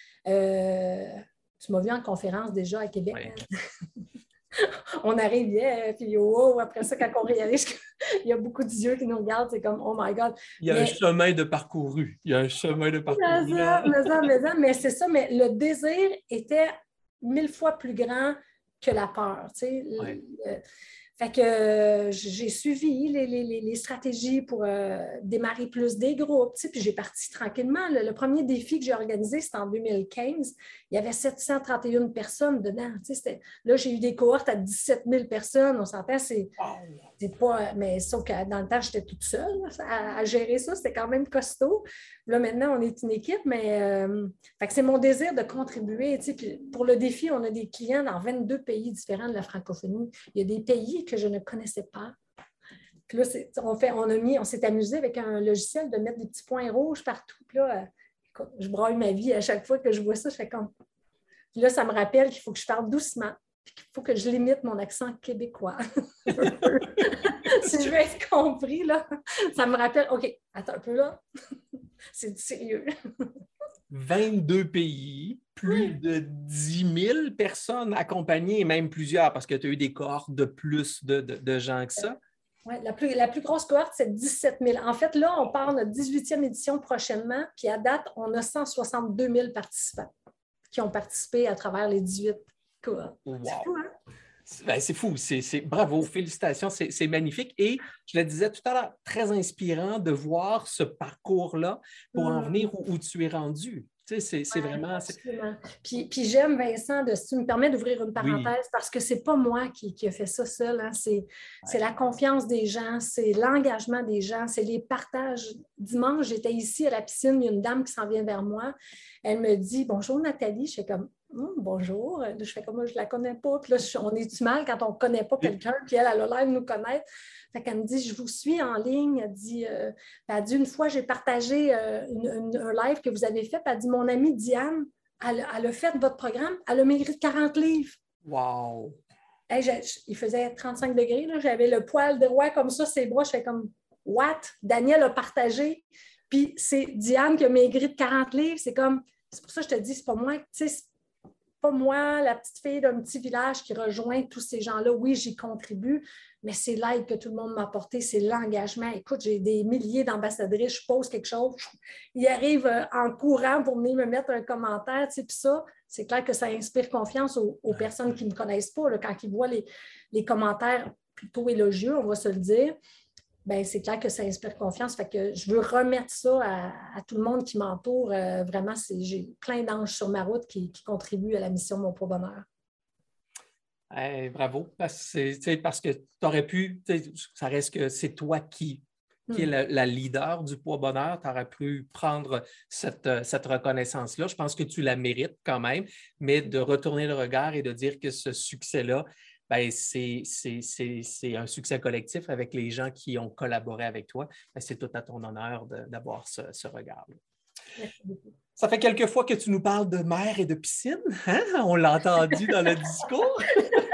Euh, tu m'as vu en conférence déjà à Québec. Oui. Hein? On arrivait, puis oh, après ça, quand on réalise qu'il y a beaucoup d'yeux qui nous regardent, c'est comme, oh my God. Il y a mais, un chemin de parcouru. Il y a un chemin de parcouru. Mais, ça, mais, ça, mais, ça, mais c'est ça, mais le désir était mille fois plus grand que la peur, tu sais. Ouais. Le, fait que euh, j'ai suivi les, les, les stratégies pour euh, démarrer plus des groupes, tu sais, puis j'ai parti tranquillement. Le, le premier défi que j'ai organisé, c'était en deux mille quinze. Il y avait sept cent trente et une personnes dedans. Tu sais, là, j'ai eu des cohortes à dix-sept mille personnes. On s'entend, c'est, c'est pas... Mais sauf que dans le temps, j'étais toute seule à, à gérer ça. C'était quand même costaud. Là, maintenant, on est une équipe, mais euh, fait que c'est mon désir de contribuer. Tu sais, puis pour le défi, on a des clients dans vingt-deux pays différents de la francophonie. Il y a des pays que je ne connaissais pas. Puis là, c'est, on, fait, on, a mis, on s'est amusé avec un logiciel de mettre des petits points rouges partout. Puis là, écoute, je braille ma vie à chaque fois que je vois ça. Je fais comme... Puis là, ça me rappelle qu'il faut que je parle doucement, puis qu'il faut que je limite mon accent québécois. Si je veux être compris, là, ça me rappelle, OK, attends un peu là, c'est du sérieux. vingt-deux pays, plus oui. de dix mille personnes accompagnées, et même plusieurs, parce que tu as eu des cohortes de plus de, de, de gens que ça. Oui, la plus, la plus grosse cohorte, c'est dix-sept mille. En fait, là, on part notre dix-huitième édition prochainement, puis à date, on a cent soixante-deux mille participants qui ont participé à travers les dix-huit cohortes. Wow. C'est fou, hein? Ben, c'est fou, c'est, c'est, bravo, félicitations, c'est, c'est magnifique. Et je le disais tout à l'heure, très inspirant de voir ce parcours-là pour mmh. en venir où, où tu es rendu. Tu sais, c'est, c'est ouais, vraiment... C'est... Puis, puis j'aime, Vincent, de, si tu me permets d'ouvrir une parenthèse, oui. parce que c'est pas moi qui, qui a fait ça seul. Hein, c'est, ouais. c'est la confiance des gens, c'est l'engagement des gens, c'est les partages. Dimanche, j'étais ici à la piscine, il y a une dame qui s'en vient vers moi. Elle me dit « Bonjour Nathalie », je fais comme Hum, bonjour, je fais comme moi, je ne la connais pas. Puis là, on est-tu mal quand on ne connaît pas quelqu'un, puis elle, elle a l'air de nous connaître. Fait qu'elle me dit, je vous suis en ligne. Elle dit, euh, elle dit une fois, j'ai partagé euh, une, une, un live que vous avez fait. Puis elle dit, mon amie Diane, elle, elle a fait votre programme, elle a maigri de quarante livres. Wow! Hey, je, je, il faisait trente-cinq degrés, là, j'avais le poil de roi comme ça, ses bras, je fais comme, what? Daniel a partagé, puis c'est Diane qui a maigri de quarante livres. C'est comme, c'est pour ça que je te dis, c'est pas moi, tu sais, pas moi, la petite fille d'un petit village qui rejoint tous ces gens-là. Oui, j'y contribue, mais c'est l'aide que tout le monde m'a apporté, c'est l'engagement. Écoute, j'ai des milliers d'ambassadrices, je pose quelque chose, ils arrivent en courant pour venir me mettre un commentaire, tu sais, puis ça, c'est clair que ça inspire confiance aux, aux personnes qui ne me connaissent pas, là, quand ils voient les, les commentaires plutôt élogieux, on va se le dire. Bien, c'est clair que ça inspire confiance. Fait que je veux remettre ça à, à tout le monde qui m'entoure. Euh, vraiment, c'est, j'ai plein d'anges sur ma route qui, qui contribuent à la mission Mon Pro Bonheur. Hey, bravo, parce que, parce que tu aurais pu, ça reste que c'est toi qui, qui est la, la leader du poids bonheur, tu aurais pu prendre cette, cette reconnaissance-là. Je pense que tu la mérites quand même, mais de retourner le regard et de dire que ce succès-là, ben, c'est, c'est, c'est, c'est un succès collectif avec les gens qui ont collaboré avec toi. Ben, c'est tout à ton honneur de, d'avoir ce, ce regard-là. Merci beaucoup. Ça fait quelques fois que tu nous parles de mer et de piscine, hein? On l'a entendu dans le discours.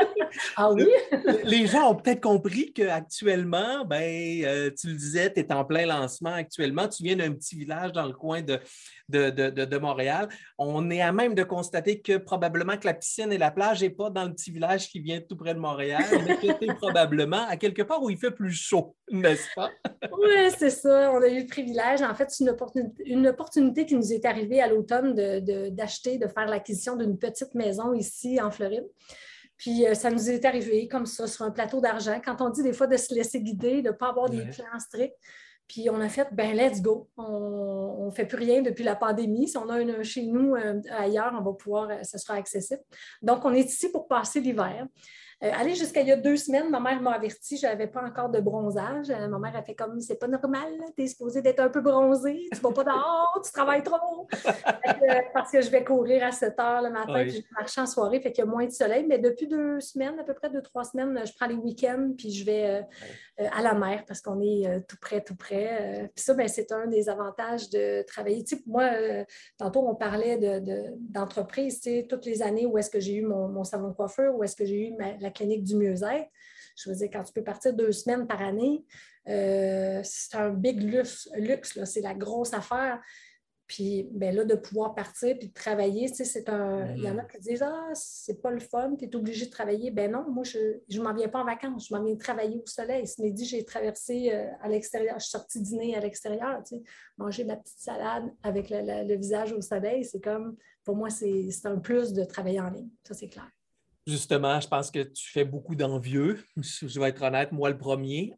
Ah oui? Les gens ont peut-être compris qu'actuellement, ben, euh, tu le disais, tu es en plein lancement actuellement. Tu viens d'un petit village dans le coin de, de, de, de, de Montréal. On est à même de constater que probablement que la piscine et la plage n'est pas dans le petit village qui vient tout près de Montréal, mais que tu es probablement à quelque part où il fait plus chaud, n'est-ce pas? Oui, c'est ça. On a eu le privilège. En fait, c'est une opportunité, une opportunité qui nous est arrivée à l'automne de, de, d'acheter, de faire l'acquisition d'une petite maison ici en Floride. Puis euh, ça nous est arrivé comme ça, sur un plateau d'argent. Quand on dit des fois de se laisser guider, de ne pas avoir ouais. des plans stricts. Puis on a fait, ben let's go. On ne fait plus rien depuis la pandémie. Si on a un chez nous euh, ailleurs, on va pouvoir, euh, ça sera accessible. Donc, on est ici pour passer l'hiver. Euh, aller jusqu'à il y a deux semaines, ma mère m'a averti, je n'avais pas encore de bronzage. Euh, ma mère a fait comme, c'est pas normal, tu es supposée d'être un peu bronzée, tu ne vas pas dehors, tu travailles trop. que, parce que je vais courir à sept heures le matin, oui. puis je marche en soirée, fait qu'il y a moins de soleil. Mais depuis deux semaines, à peu près deux, trois semaines, je prends les week-ends, puis je vais euh, oui. euh, à la mer parce qu'on est euh, tout près, tout près. Euh, puis ça, ben, c'est un des avantages de travailler. Tu sais, moi, euh, tantôt, on parlait de, de, d'entreprise, tu sais, toutes les années où est-ce que j'ai eu mon, mon salon de coiffure, où est-ce que j'ai eu ma, la clinique du mieux-être. Je veux dire, quand tu peux partir deux semaines par année, euh, c'est un big luxe, luxe là, c'est la grosse affaire. Puis ben là, de pouvoir partir puis de travailler, tu sais, c'est un. Mm-hmm. Il y en a qui disent ah, c'est pas le fun, tu es obligé de travailler. Ben non, moi, je ne m'en viens pas en vacances, je m'en viens travailler au soleil. Ce midi, j'ai traversé euh, à l'extérieur, je suis sortie dîner à l'extérieur, tu sais, manger de la petite salade avec le, le, le visage au soleil, c'est comme, pour moi, c'est, c'est un plus de travailler en ligne, ça c'est clair. Justement, je pense que tu fais beaucoup d'envieux. Je vais être honnête, moi le premier.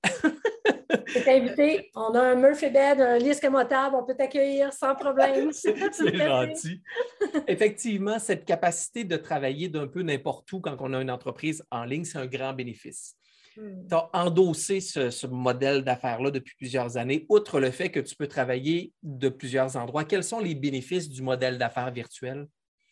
Tu es invité. On a un Murphy Bed, un lit escamotable, on peut t'accueillir sans problème. C'est, c'est gentil. Effectivement, cette capacité de travailler d'un peu n'importe où quand on a une entreprise en ligne, c'est un grand bénéfice. Hmm. Tu as endossé ce, ce modèle d'affaires-là depuis plusieurs années. Outre le fait que tu peux travailler de plusieurs endroits, quels sont les bénéfices du modèle d'affaires virtuel?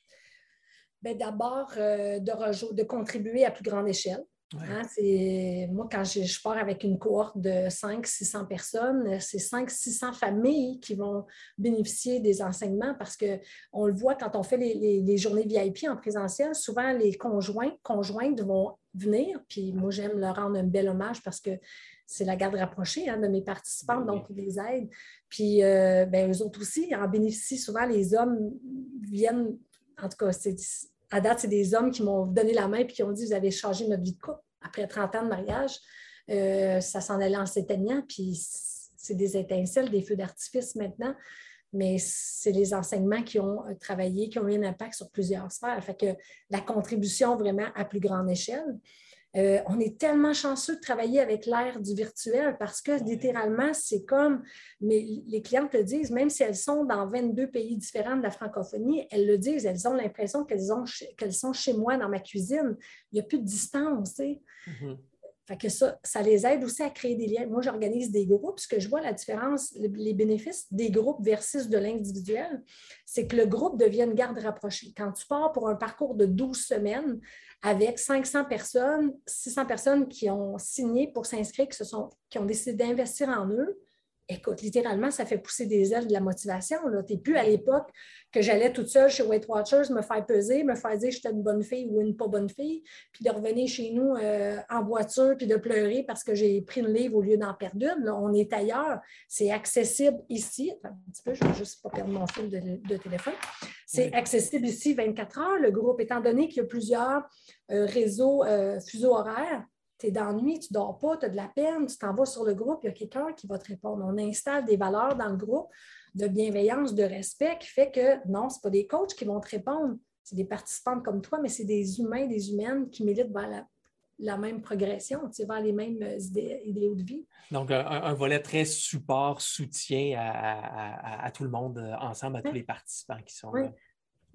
Bien, d'abord, euh, de, rejo- de contribuer à plus grande échelle. Ouais. Hein, c'est, moi, quand je, je pars avec une cohorte de cinq cents à six cents personnes, c'est cinq cents à six cents familles qui vont bénéficier des enseignements parce qu'on le voit quand on fait les, les, les journées V I P en présentiel, souvent les conjoints, conjointes vont venir, puis moi, j'aime leur rendre un bel hommage parce que c'est la garde rapprochée hein, de mes participantes, oui. donc ils les aident. Puis, euh, ben, eux autres aussi en bénéficient. Souvent, les hommes viennent, en tout cas, c'est... À date, c'est des hommes qui m'ont donné la main et qui ont dit « Vous avez changé notre vie de couple. » Après trente ans de mariage, euh, ça s'en allait en s'éteignant, puis c'est des étincelles, des feux d'artifice maintenant, mais c'est les enseignements qui ont travaillé, qui ont eu un impact sur plusieurs sphères. Fait que la contribution vraiment à plus grande échelle. Euh, on est tellement chanceux de travailler avec l'ère du virtuel parce que littéralement, c'est comme, mais les clientes le disent, même si elles sont dans vingt-deux pays différents de la francophonie, elles le disent, elles ont l'impression qu'elles, ont, qu'elles sont chez moi dans ma cuisine. Il n'y a plus de distance, tu sais. Mm-hmm. Fait que ça, ça les aide aussi à créer des liens. Moi, j'organise des groupes, ce que je vois la différence, les bénéfices des groupes versus de l'individuel, c'est que le groupe devient une garde rapprochée. Quand tu pars pour un parcours de douze semaines avec cinq cents personnes, six cents personnes qui ont signé pour s'inscrire, qui, se sont, qui ont décidé d'investir en eux, écoute, littéralement, ça fait pousser des ailes de la motivation. Tu n'es plus à l'époque que j'allais toute seule chez Weight Watchers me faire peser, me faire dire que j'étais une bonne fille ou une pas bonne fille, puis de revenir chez nous euh, en voiture puis de pleurer parce que j'ai pris une livre au lieu d'en perdre une. Là, on est ailleurs. C'est accessible ici. Attends, un petit peu, je ne vais juste pas perdre mon fil de, de téléphone. C'est oui. accessible ici vingt-quatre heures, le groupe, étant donné qu'il y a plusieurs euh, réseaux euh, fuseaux horaires. Tu es dans la nuit, tu ne dors pas, tu as de la peine, tu t'en vas sur le groupe, il y a quelqu'un qui va te répondre. On installe des valeurs dans le groupe de bienveillance, de respect, qui fait que non, ce n'est pas des coachs qui vont te répondre, c'est des participantes comme toi, mais c'est des humains, des humaines qui militent vers la, la même progression, tu sais, vers les mêmes idées, idéaux de vie. Donc, un, un volet très support, soutien à, à, à, à tout le monde ensemble, à oui. tous les participants qui sont oui. là.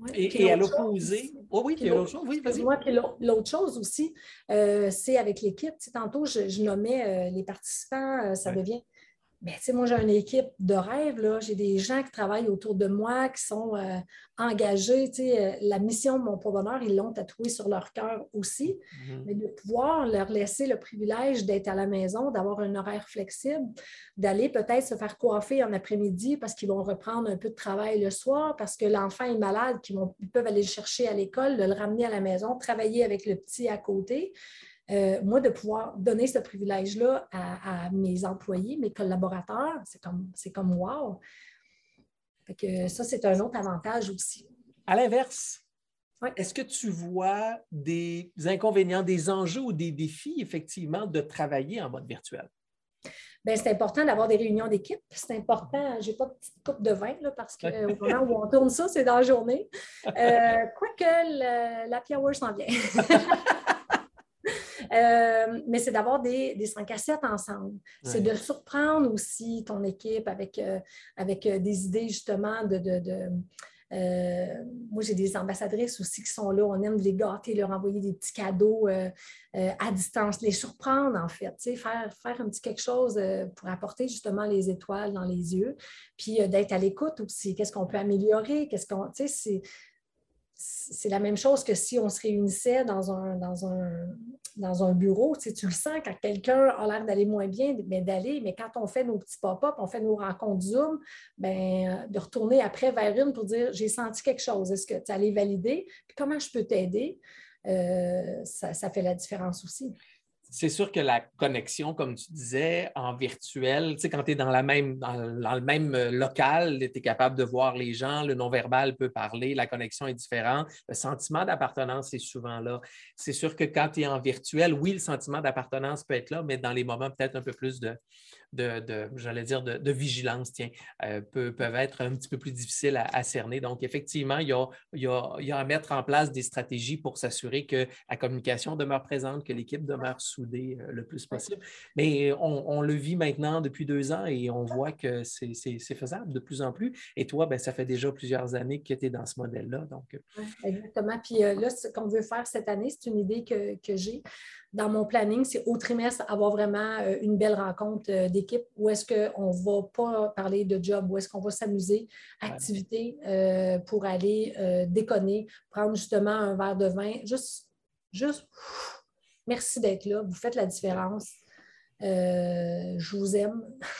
Ouais. Et, et à l'opposé, oh oui, il y a l'autre chose, oui, vas-y. Moi, puis l'autre chose aussi, euh, c'est avec l'équipe. Tu sais, tantôt, je, je nommais euh, les participants, euh, ça ouais. devient... Bien, tu sais, moi, j'ai une équipe de rêve, là. J'ai des gens qui travaillent autour de moi, qui sont euh, engagés. Tu sais, euh, la mission de Mon Pas Bonheur, ils l'ont tatouée sur leur cœur aussi. Mm-hmm. Mais de pouvoir leur laisser le privilège d'être à la maison, d'avoir un horaire flexible, d'aller peut-être se faire coiffer en après-midi parce qu'ils vont reprendre un peu de travail le soir, parce que l'enfant est malade, qu'ils vont, ils peuvent aller le chercher à l'école, de le ramener à la maison, travailler avec le petit à côté. Euh, moi, de pouvoir donner ce privilège-là à, à mes employés, mes collaborateurs, c'est comme, c'est comme wow. Fait que ça, c'est un autre avantage aussi. À l'inverse, oui. Est-ce que tu vois des inconvénients, des enjeux ou des défis, effectivement, de travailler en mode virtuel? Bien, c'est important d'avoir des réunions d'équipe. C'est important. Je n'ai pas de petite coupe de vin là, parce qu'au moment où on tourne ça, c'est dans la journée. Euh, Quoique le, l'happy hour s'en vient. Euh, mais c'est d'avoir des, des cinq à sept ensemble. C'est ouais. de surprendre aussi ton équipe avec, euh, avec euh, des idées justement de... de, de euh, moi, j'ai des ambassadrices aussi qui sont là. On aime les gâter, leur envoyer des petits cadeaux euh, euh, à distance, les surprendre en fait, faire, faire un petit quelque chose euh, pour apporter justement les étoiles dans les yeux. Puis euh, d'être à l'écoute aussi. Qu'est-ce qu'on peut améliorer? Qu'est-ce qu'on... Tu sais, c'est... c'est la même chose que si on se réunissait dans un, dans un, dans un bureau. Tu sais, tu le sens quand quelqu'un a l'air d'aller moins bien, bien d'aller, mais quand on fait nos petits pop-up, on fait nos rencontres Zoom, bien, de retourner après vers une pour dire « j'ai senti quelque chose, est-ce que tu allais valider? Puis comment je peux t'aider? Euh, » ça, ça fait la différence aussi. C'est sûr que la connexion, comme tu disais, en virtuel, tu sais, quand tu es dans, la même, dans, dans le même local, tu es capable de voir les gens, le non-verbal peut parler, la connexion est différente, le sentiment d'appartenance est souvent là. C'est sûr que quand tu es en virtuel, oui, le sentiment d'appartenance peut être là, mais dans les moments peut-être un peu plus de, de, de j'allais dire, de, de vigilance, tiens, euh, peut, peuvent être un petit peu plus difficiles à, à cerner. Donc, effectivement, il y, a, il, y a, il y a à mettre en place des stratégies pour s'assurer que la communication demeure présente, que l'équipe demeure soudée le plus possible. Mais on, on le vit maintenant depuis deux ans et on voit que c'est, c'est, c'est faisable de plus en plus. Et toi, ben, ça fait déjà plusieurs années que tu es dans ce modèle-là. Donc... Oui, exactement. Puis euh, là, ce qu'on veut faire cette année, c'est une idée que, que j'ai. Dans mon planning, c'est au trimestre avoir vraiment euh, une belle rencontre euh, d'équipe où est-ce qu'on ne va pas parler de job, où est-ce qu'on va s'amuser, activité euh, pour aller euh, déconner, prendre justement un verre de vin, juste, juste merci d'être là, vous faites la différence. Euh, je vous aime.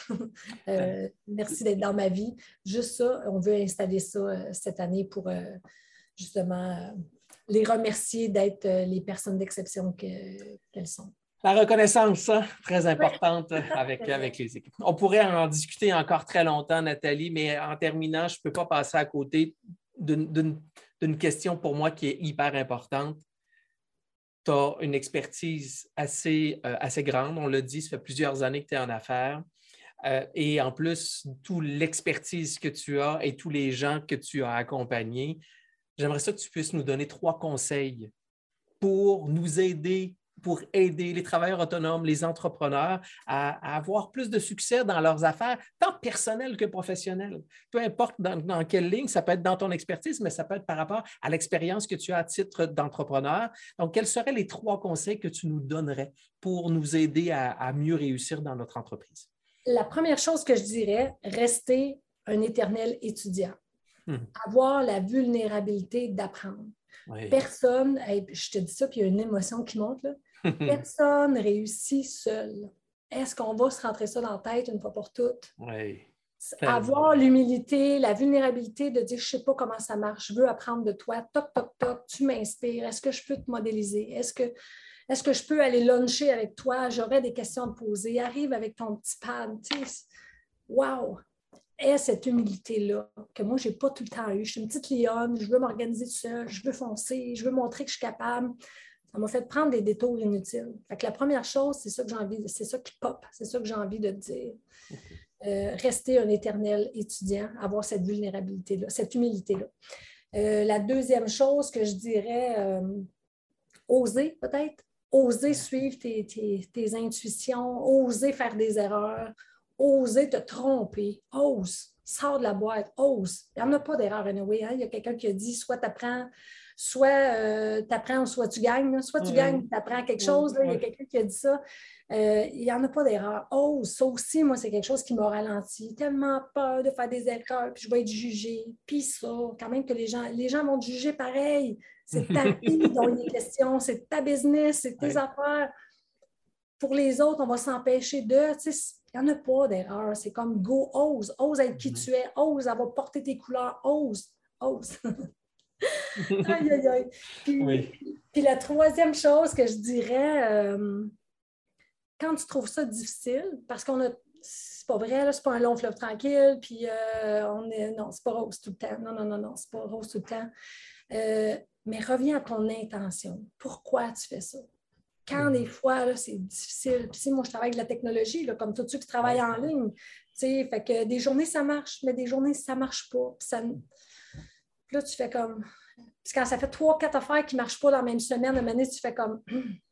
euh, merci d'être dans ma vie. Juste ça, on veut installer ça euh, cette année pour euh, justement euh, les remercier d'être euh, les personnes d'exception que, qu'elles sont. La reconnaissance, hein, très importante avec, avec les équipes. On pourrait en discuter encore très longtemps, Nathalie, mais en terminant, je ne peux pas passer à côté d'une, d'une, d'une question pour moi qui est hyper importante. Tu as une expertise assez, euh, assez grande, on l'a dit, ça fait plusieurs années que tu es en affaires. Euh, et en plus, toute l'expertise que tu as et tous les gens que tu as accompagnés, j'aimerais ça que tu puisses nous donner trois conseils pour nous aider, pour aider les travailleurs autonomes, les entrepreneurs à, à avoir plus de succès dans leurs affaires, tant personnelles que professionnelles. Peu importe dans, dans quelle ligne, ça peut être dans ton expertise, mais ça peut être par rapport à l'expérience que tu as à titre d'entrepreneur. Donc, quels seraient les trois conseils que tu nous donnerais pour nous aider à, à mieux réussir dans notre entreprise? La première chose que je dirais, rester un éternel étudiant. Hmm. Avoir la vulnérabilité d'apprendre. Oui. Personne, je te dis ça, puis il y a une émotion qui monte, là. Personne réussit seul. Est-ce qu'on va se rentrer ça dans la tête une fois pour toutes? Oui. Avoir l'humilité, la vulnérabilité de dire, je ne sais pas comment ça marche, je veux apprendre de toi, toc, toc, toc, tu m'inspires, est-ce que je peux te modéliser? Est-ce que, est-ce que je peux aller luncher avec toi? J'aurais des questions à te poser. Arrive avec ton petit pad. Wow! Et cette humilité-là, que moi, je n'ai pas tout le temps eu. Je suis une petite lionne, je veux m'organiser seule, je veux foncer, je veux montrer que je suis capable. Ça m'a fait prendre des détours inutiles. Fait que la première chose, c'est ça que j'ai envie, c'est ça qui pop, c'est ça que j'ai envie de te dire. Euh, rester un éternel étudiant, avoir cette vulnérabilité-là, cette humilité-là. Euh, la deuxième chose que je dirais, euh, oser peut-être, oser suivre tes, tes, tes intuitions, oser faire des erreurs, oser te tromper, ose. Sors de la boîte, ose. Il n'y en a pas d'erreur, anyway. Hein? Il y a quelqu'un qui a dit soit tu apprends, soit euh, tu apprends, soit tu gagnes. Soit tu Oui. gagnes, tu apprends quelque chose. Là. Oui. Il y a quelqu'un qui a dit ça. Euh, il n'y en a pas d'erreur. Ose. Ça aussi, moi, c'est quelque chose qui m'a ralenti. Tellement peur de faire des erreurs, puis je vais être jugée. Puis ça, quand même que les gens, les gens vont te juger pareil. C'est ta vie dont il est question, c'est ta business, c'est tes Oui. affaires. Pour les autres, on va s'empêcher de. Tu sais, il n'y en a pas d'erreur. C'est comme go, ose. Ose être qui tu es. Ose avoir porté tes couleurs. Ose. Ose. Aïe, aïe, aïe. Puis, Oui. puis la troisième chose que je dirais, euh, quand tu trouves ça difficile, parce qu'on a. C'est pas vrai, là, c'est pas un long fleuve tranquille, puis euh, on est. Non, c'est pas rose tout le temps. Non, non, non, non, c'est pas rose tout le temps. Euh, mais reviens à ton intention. Pourquoi tu fais ça? Quand des fois, là, c'est difficile. Puis si moi, je travaille avec de la technologie, là, comme tous ceux qui travaillent en ligne. Fait que des journées, ça marche, mais des journées, ça ne marche pas. Puis, ça... puis là, tu fais comme. Puis quand ça fait trois, quatre affaires qui ne marchent pas dans la même semaine, à un moment donné, tu fais comme.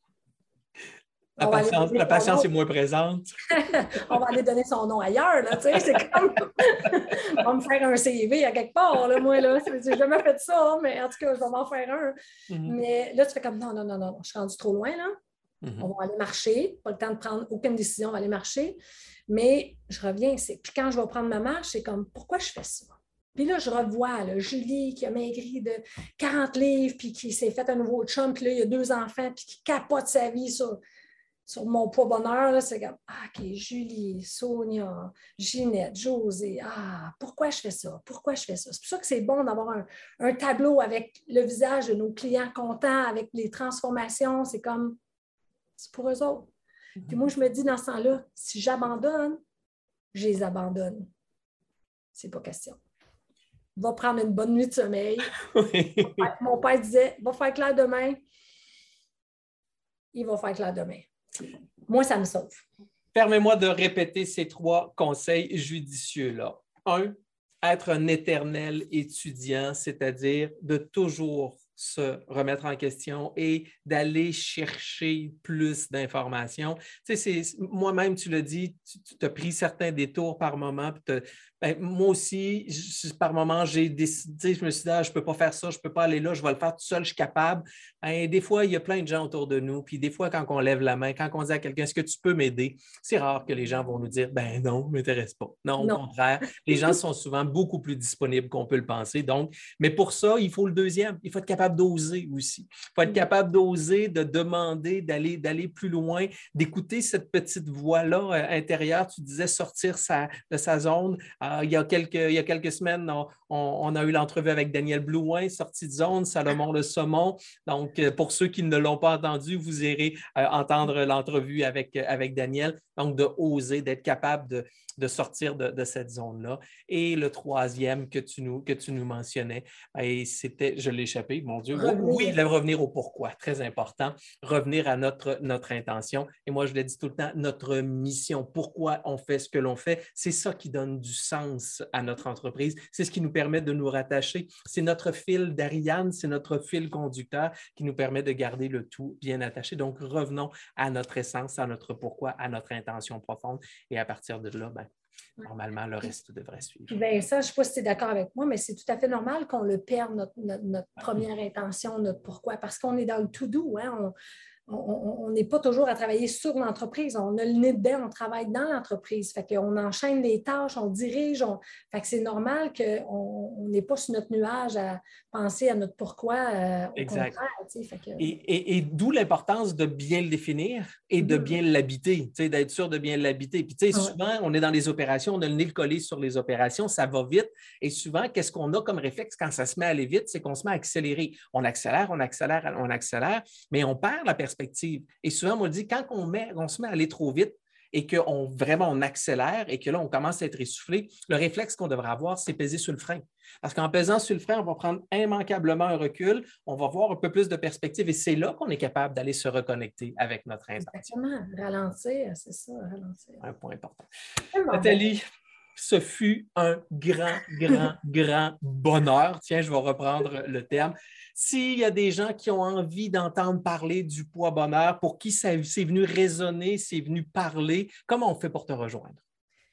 La patience, la patience est moins présente. On va aller donner son nom ailleurs, là, tu sais, c'est comme... On va me faire un C V à quelque part, là, moi, là, j'ai jamais fait ça, mais en tout cas, je vais m'en faire un. Mm-hmm. Mais là, tu fais comme, non, non, non, non, je suis rendue trop loin, là. Mm-hmm. On va aller marcher, pas le temps de prendre aucune décision, on va aller marcher. Mais je reviens, c'est... Puis quand je vais prendre ma marche, c'est comme, pourquoi je fais ça? Puis là, je revois là, Julie qui a maigri de quarante livres, puis qui s'est fait un nouveau chum, puis là, il y a deux enfants, puis qui capote sa vie sur... sur mon poids bonheur, là, c'est comme, ah, OK, Julie, Sonia, Ginette, Josée, ah, pourquoi je fais ça? Pourquoi je fais ça? C'est pour ça que c'est bon d'avoir un, un tableau avec le visage de nos clients contents, avec les transformations. C'est comme, c'est pour eux autres. Mm-hmm. Puis moi, je me dis dans ce temps-là, si j'abandonne, je les abandonne. C'est pas question. Va prendre une bonne nuit de sommeil. Oui. Mon père disait, va faire clair demain. Il va faire clair demain. Moi, ça me sauve. Permets-moi de répéter ces trois conseils judicieux-là. Un, être un éternel étudiant, c'est-à-dire de toujours se remettre en question et d'aller chercher plus d'informations. Tu sais, c'est, moi-même, tu l'as dit, tu, tu as pris certains détours par moment. Ben, moi aussi, je, par moment, j'ai décidé, je me suis dit, ah, je ne peux pas faire ça, je ne peux pas aller là, je vais le faire tout seul, je suis capable. Ben, des fois, il y a plein de gens autour de nous. Puis des fois, quand on lève la main, quand on dit à quelqu'un, est-ce que tu peux m'aider? C'est rare que les gens vont nous dire, ben non, ne m'intéresse pas. Non, non, au contraire, les gens sont souvent beaucoup plus disponibles qu'on peut le penser. Donc, mais pour ça, il faut le deuxième. Il faut être capable d'oser aussi. Il faut être capable d'oser, de demander, d'aller, d'aller plus loin, d'écouter cette petite voix-là euh, intérieure. Tu disais sortir sa, de sa zone. Euh, il, y a quelques, il y a quelques semaines, on, on, on a eu l'entrevue avec Daniel Blouin, sortie de zone, Salomon Le Saumon. Donc, euh, pour ceux qui ne l'ont pas entendu, vous irez euh, entendre l'entrevue avec, avec Daniel. Donc, de oser, d'être capable de, de sortir de, de cette zone-là. Et le troisième que tu nous, que tu nous mentionnais, et c'était, je l'ai échappé, mon Dieu. Revenir. Oui, de revenir au pourquoi, très important. Revenir à notre, notre intention. Et moi, je l'ai dit tout le temps, notre mission, pourquoi on fait ce que l'on fait, c'est ça qui donne du sens à notre entreprise. C'est ce qui nous permet de nous rattacher. C'est notre fil d'Ariane, c'est notre fil conducteur qui nous permet de garder le tout bien attaché. Donc, revenons à notre essence, à notre pourquoi, à notre intention profonde. Et à partir de là, ben, normalement, le reste devrait suivre. Bien, ça, je ne sais pas si tu es d'accord avec moi, mais c'est tout à fait normal qu'on le perde, notre, notre, notre première intention, notre pourquoi, parce qu'on est dans le to-do. Hein? On n'est pas toujours à travailler sur l'entreprise. On a le nez dedans, on travaille dans l'entreprise. Fait qu'on enchaîne les tâches, on dirige. On... Fait que c'est normal qu'on n'est pas sur notre nuage à penser à notre pourquoi euh, au exact. contraire. Fait que... Et, et, et d'où l'importance de bien le définir et de mm-hmm. bien l'habiter, d'être sûr de bien l'habiter. Puis, tu sais, souvent, ouais. on est dans les opérations, on a le nez collé sur les opérations, ça va vite. Et souvent, qu'est-ce qu'on a comme réflexe quand ça se met à aller vite? C'est qu'on se met à accélérer. On accélère, on accélère, on accélère, mais on perd la perspective. Et souvent, on dit, quand on, met, on se met à aller trop vite et qu'on vraiment on accélère et que là, on commence à être essoufflé, le réflexe qu'on devrait avoir, c'est peser sur le frein. Parce qu'en pesant sur le frein, on va prendre immanquablement un recul, on va voir un peu plus de perspective et c'est là qu'on est capable d'aller se reconnecter avec notre intention. Exactement. Ralentir, c'est ça, ralentir. Un point important. Nathalie, ce fut un grand, grand, grand bonheur. Tiens, je vais reprendre le terme. S'il y a des gens qui ont envie d'entendre parler du poids bonheur, pour qui ça, c'est venu résonner, c'est venu parler, comment on fait pour te rejoindre?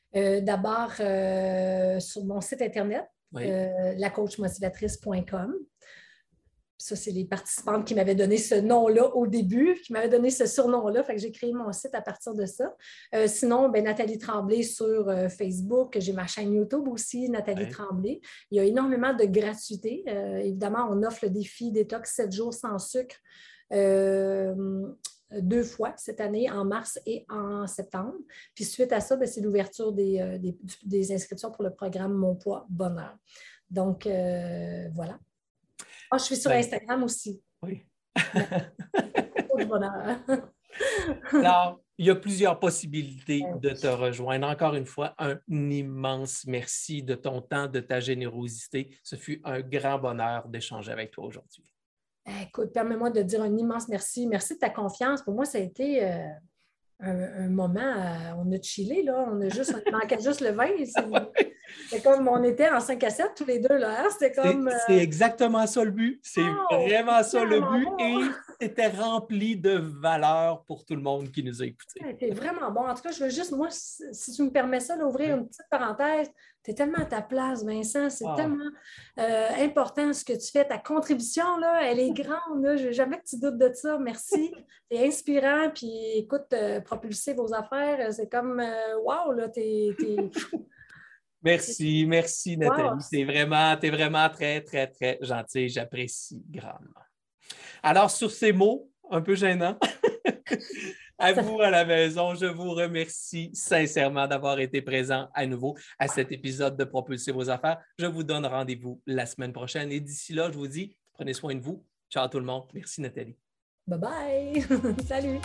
Euh, d'abord, euh, sur mon site Internet, Oui. euh, la coach motivatrice point com. Ça, c'est les participantes qui m'avaient donné ce nom-là au début, qui m'avaient donné ce surnom-là. Fait que j'ai créé mon site à partir de ça. Euh, sinon, ben, Nathalie Tremblay sur euh, Facebook. J'ai ma chaîne YouTube aussi, Nathalie ouais. Tremblay. Il y a énormément de gratuité. Euh, évidemment, on offre le défi détox sept jours sans sucre euh, deux fois cette année, en mars et en septembre. Puis suite à ça, ben, c'est l'ouverture des, euh, des, des inscriptions pour le programme Mon Poids Bonheur. Donc, euh, voilà. Ah, je suis sur ben, Instagram aussi. Oui. Au bonheur. Alors, il y a plusieurs possibilités de te rejoindre. Encore une fois, un immense merci de ton temps, de ta générosité. Ce fut un grand bonheur d'échanger avec toi aujourd'hui. Écoute, permets-moi de dire un immense merci. Merci de ta confiance. Pour moi, ça a été euh, un, un moment, euh, on a chillé, là. On a juste, on manquait juste le vin. C'est... C'est comme on était en cinq à sept tous les deux, là. Hein? C'était comme. C'est, euh... c'est exactement ça le but. C'est oh, vraiment ça le but. Bon. Et c'était rempli de valeur pour tout le monde qui nous a écoutés. C'était vraiment bon. En tout cas, je veux juste, moi, si tu me permets ça, d'ouvrir oui. une petite parenthèse, tu es tellement à ta place, Vincent. C'est oh. tellement euh, important ce que tu fais. Ta contribution, là, elle est grande. Là. Je ne veux jamais que tu doutes de ça. Merci. C'est inspirant. Puis écoute, euh, propulser vos affaires, c'est comme euh, wow, là, t'es. t'es... Merci, merci Nathalie. Wow. C'est vraiment, t'es vraiment très, très, très gentille. J'apprécie grandement. Alors, sur ces mots un peu gênants, à vous à la maison, je vous remercie sincèrement d'avoir été présent à nouveau à cet épisode de Propulser vos affaires. Je vous donne rendez-vous la semaine prochaine et d'ici là, je vous dis, prenez soin de vous. Ciao tout le monde. Merci Nathalie. Bye bye. Salut.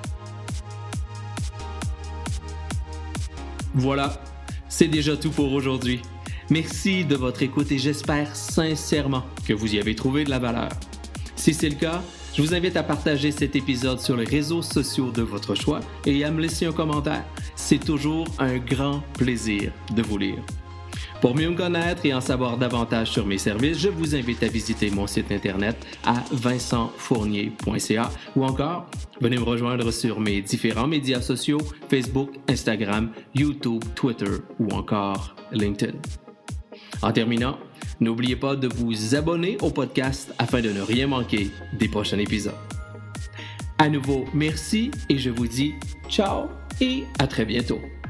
Voilà. C'est déjà tout pour aujourd'hui. Merci de votre écoute et j'espère sincèrement que vous y avez trouvé de la valeur. Si c'est le cas, je vous invite à partager cet épisode sur les réseaux sociaux de votre choix et à me laisser un commentaire. C'est toujours un grand plaisir de vous lire. Pour mieux me connaître et en savoir davantage sur mes services, je vous invite à visiter mon site internet à vincent fournier point c a ou encore, venez me rejoindre sur mes différents médias sociaux, Facebook, Instagram, YouTube, Twitter ou encore LinkedIn. En terminant, n'oubliez pas de vous abonner au podcast afin de ne rien manquer des prochains épisodes. À nouveau, merci et je vous dis ciao et à très bientôt.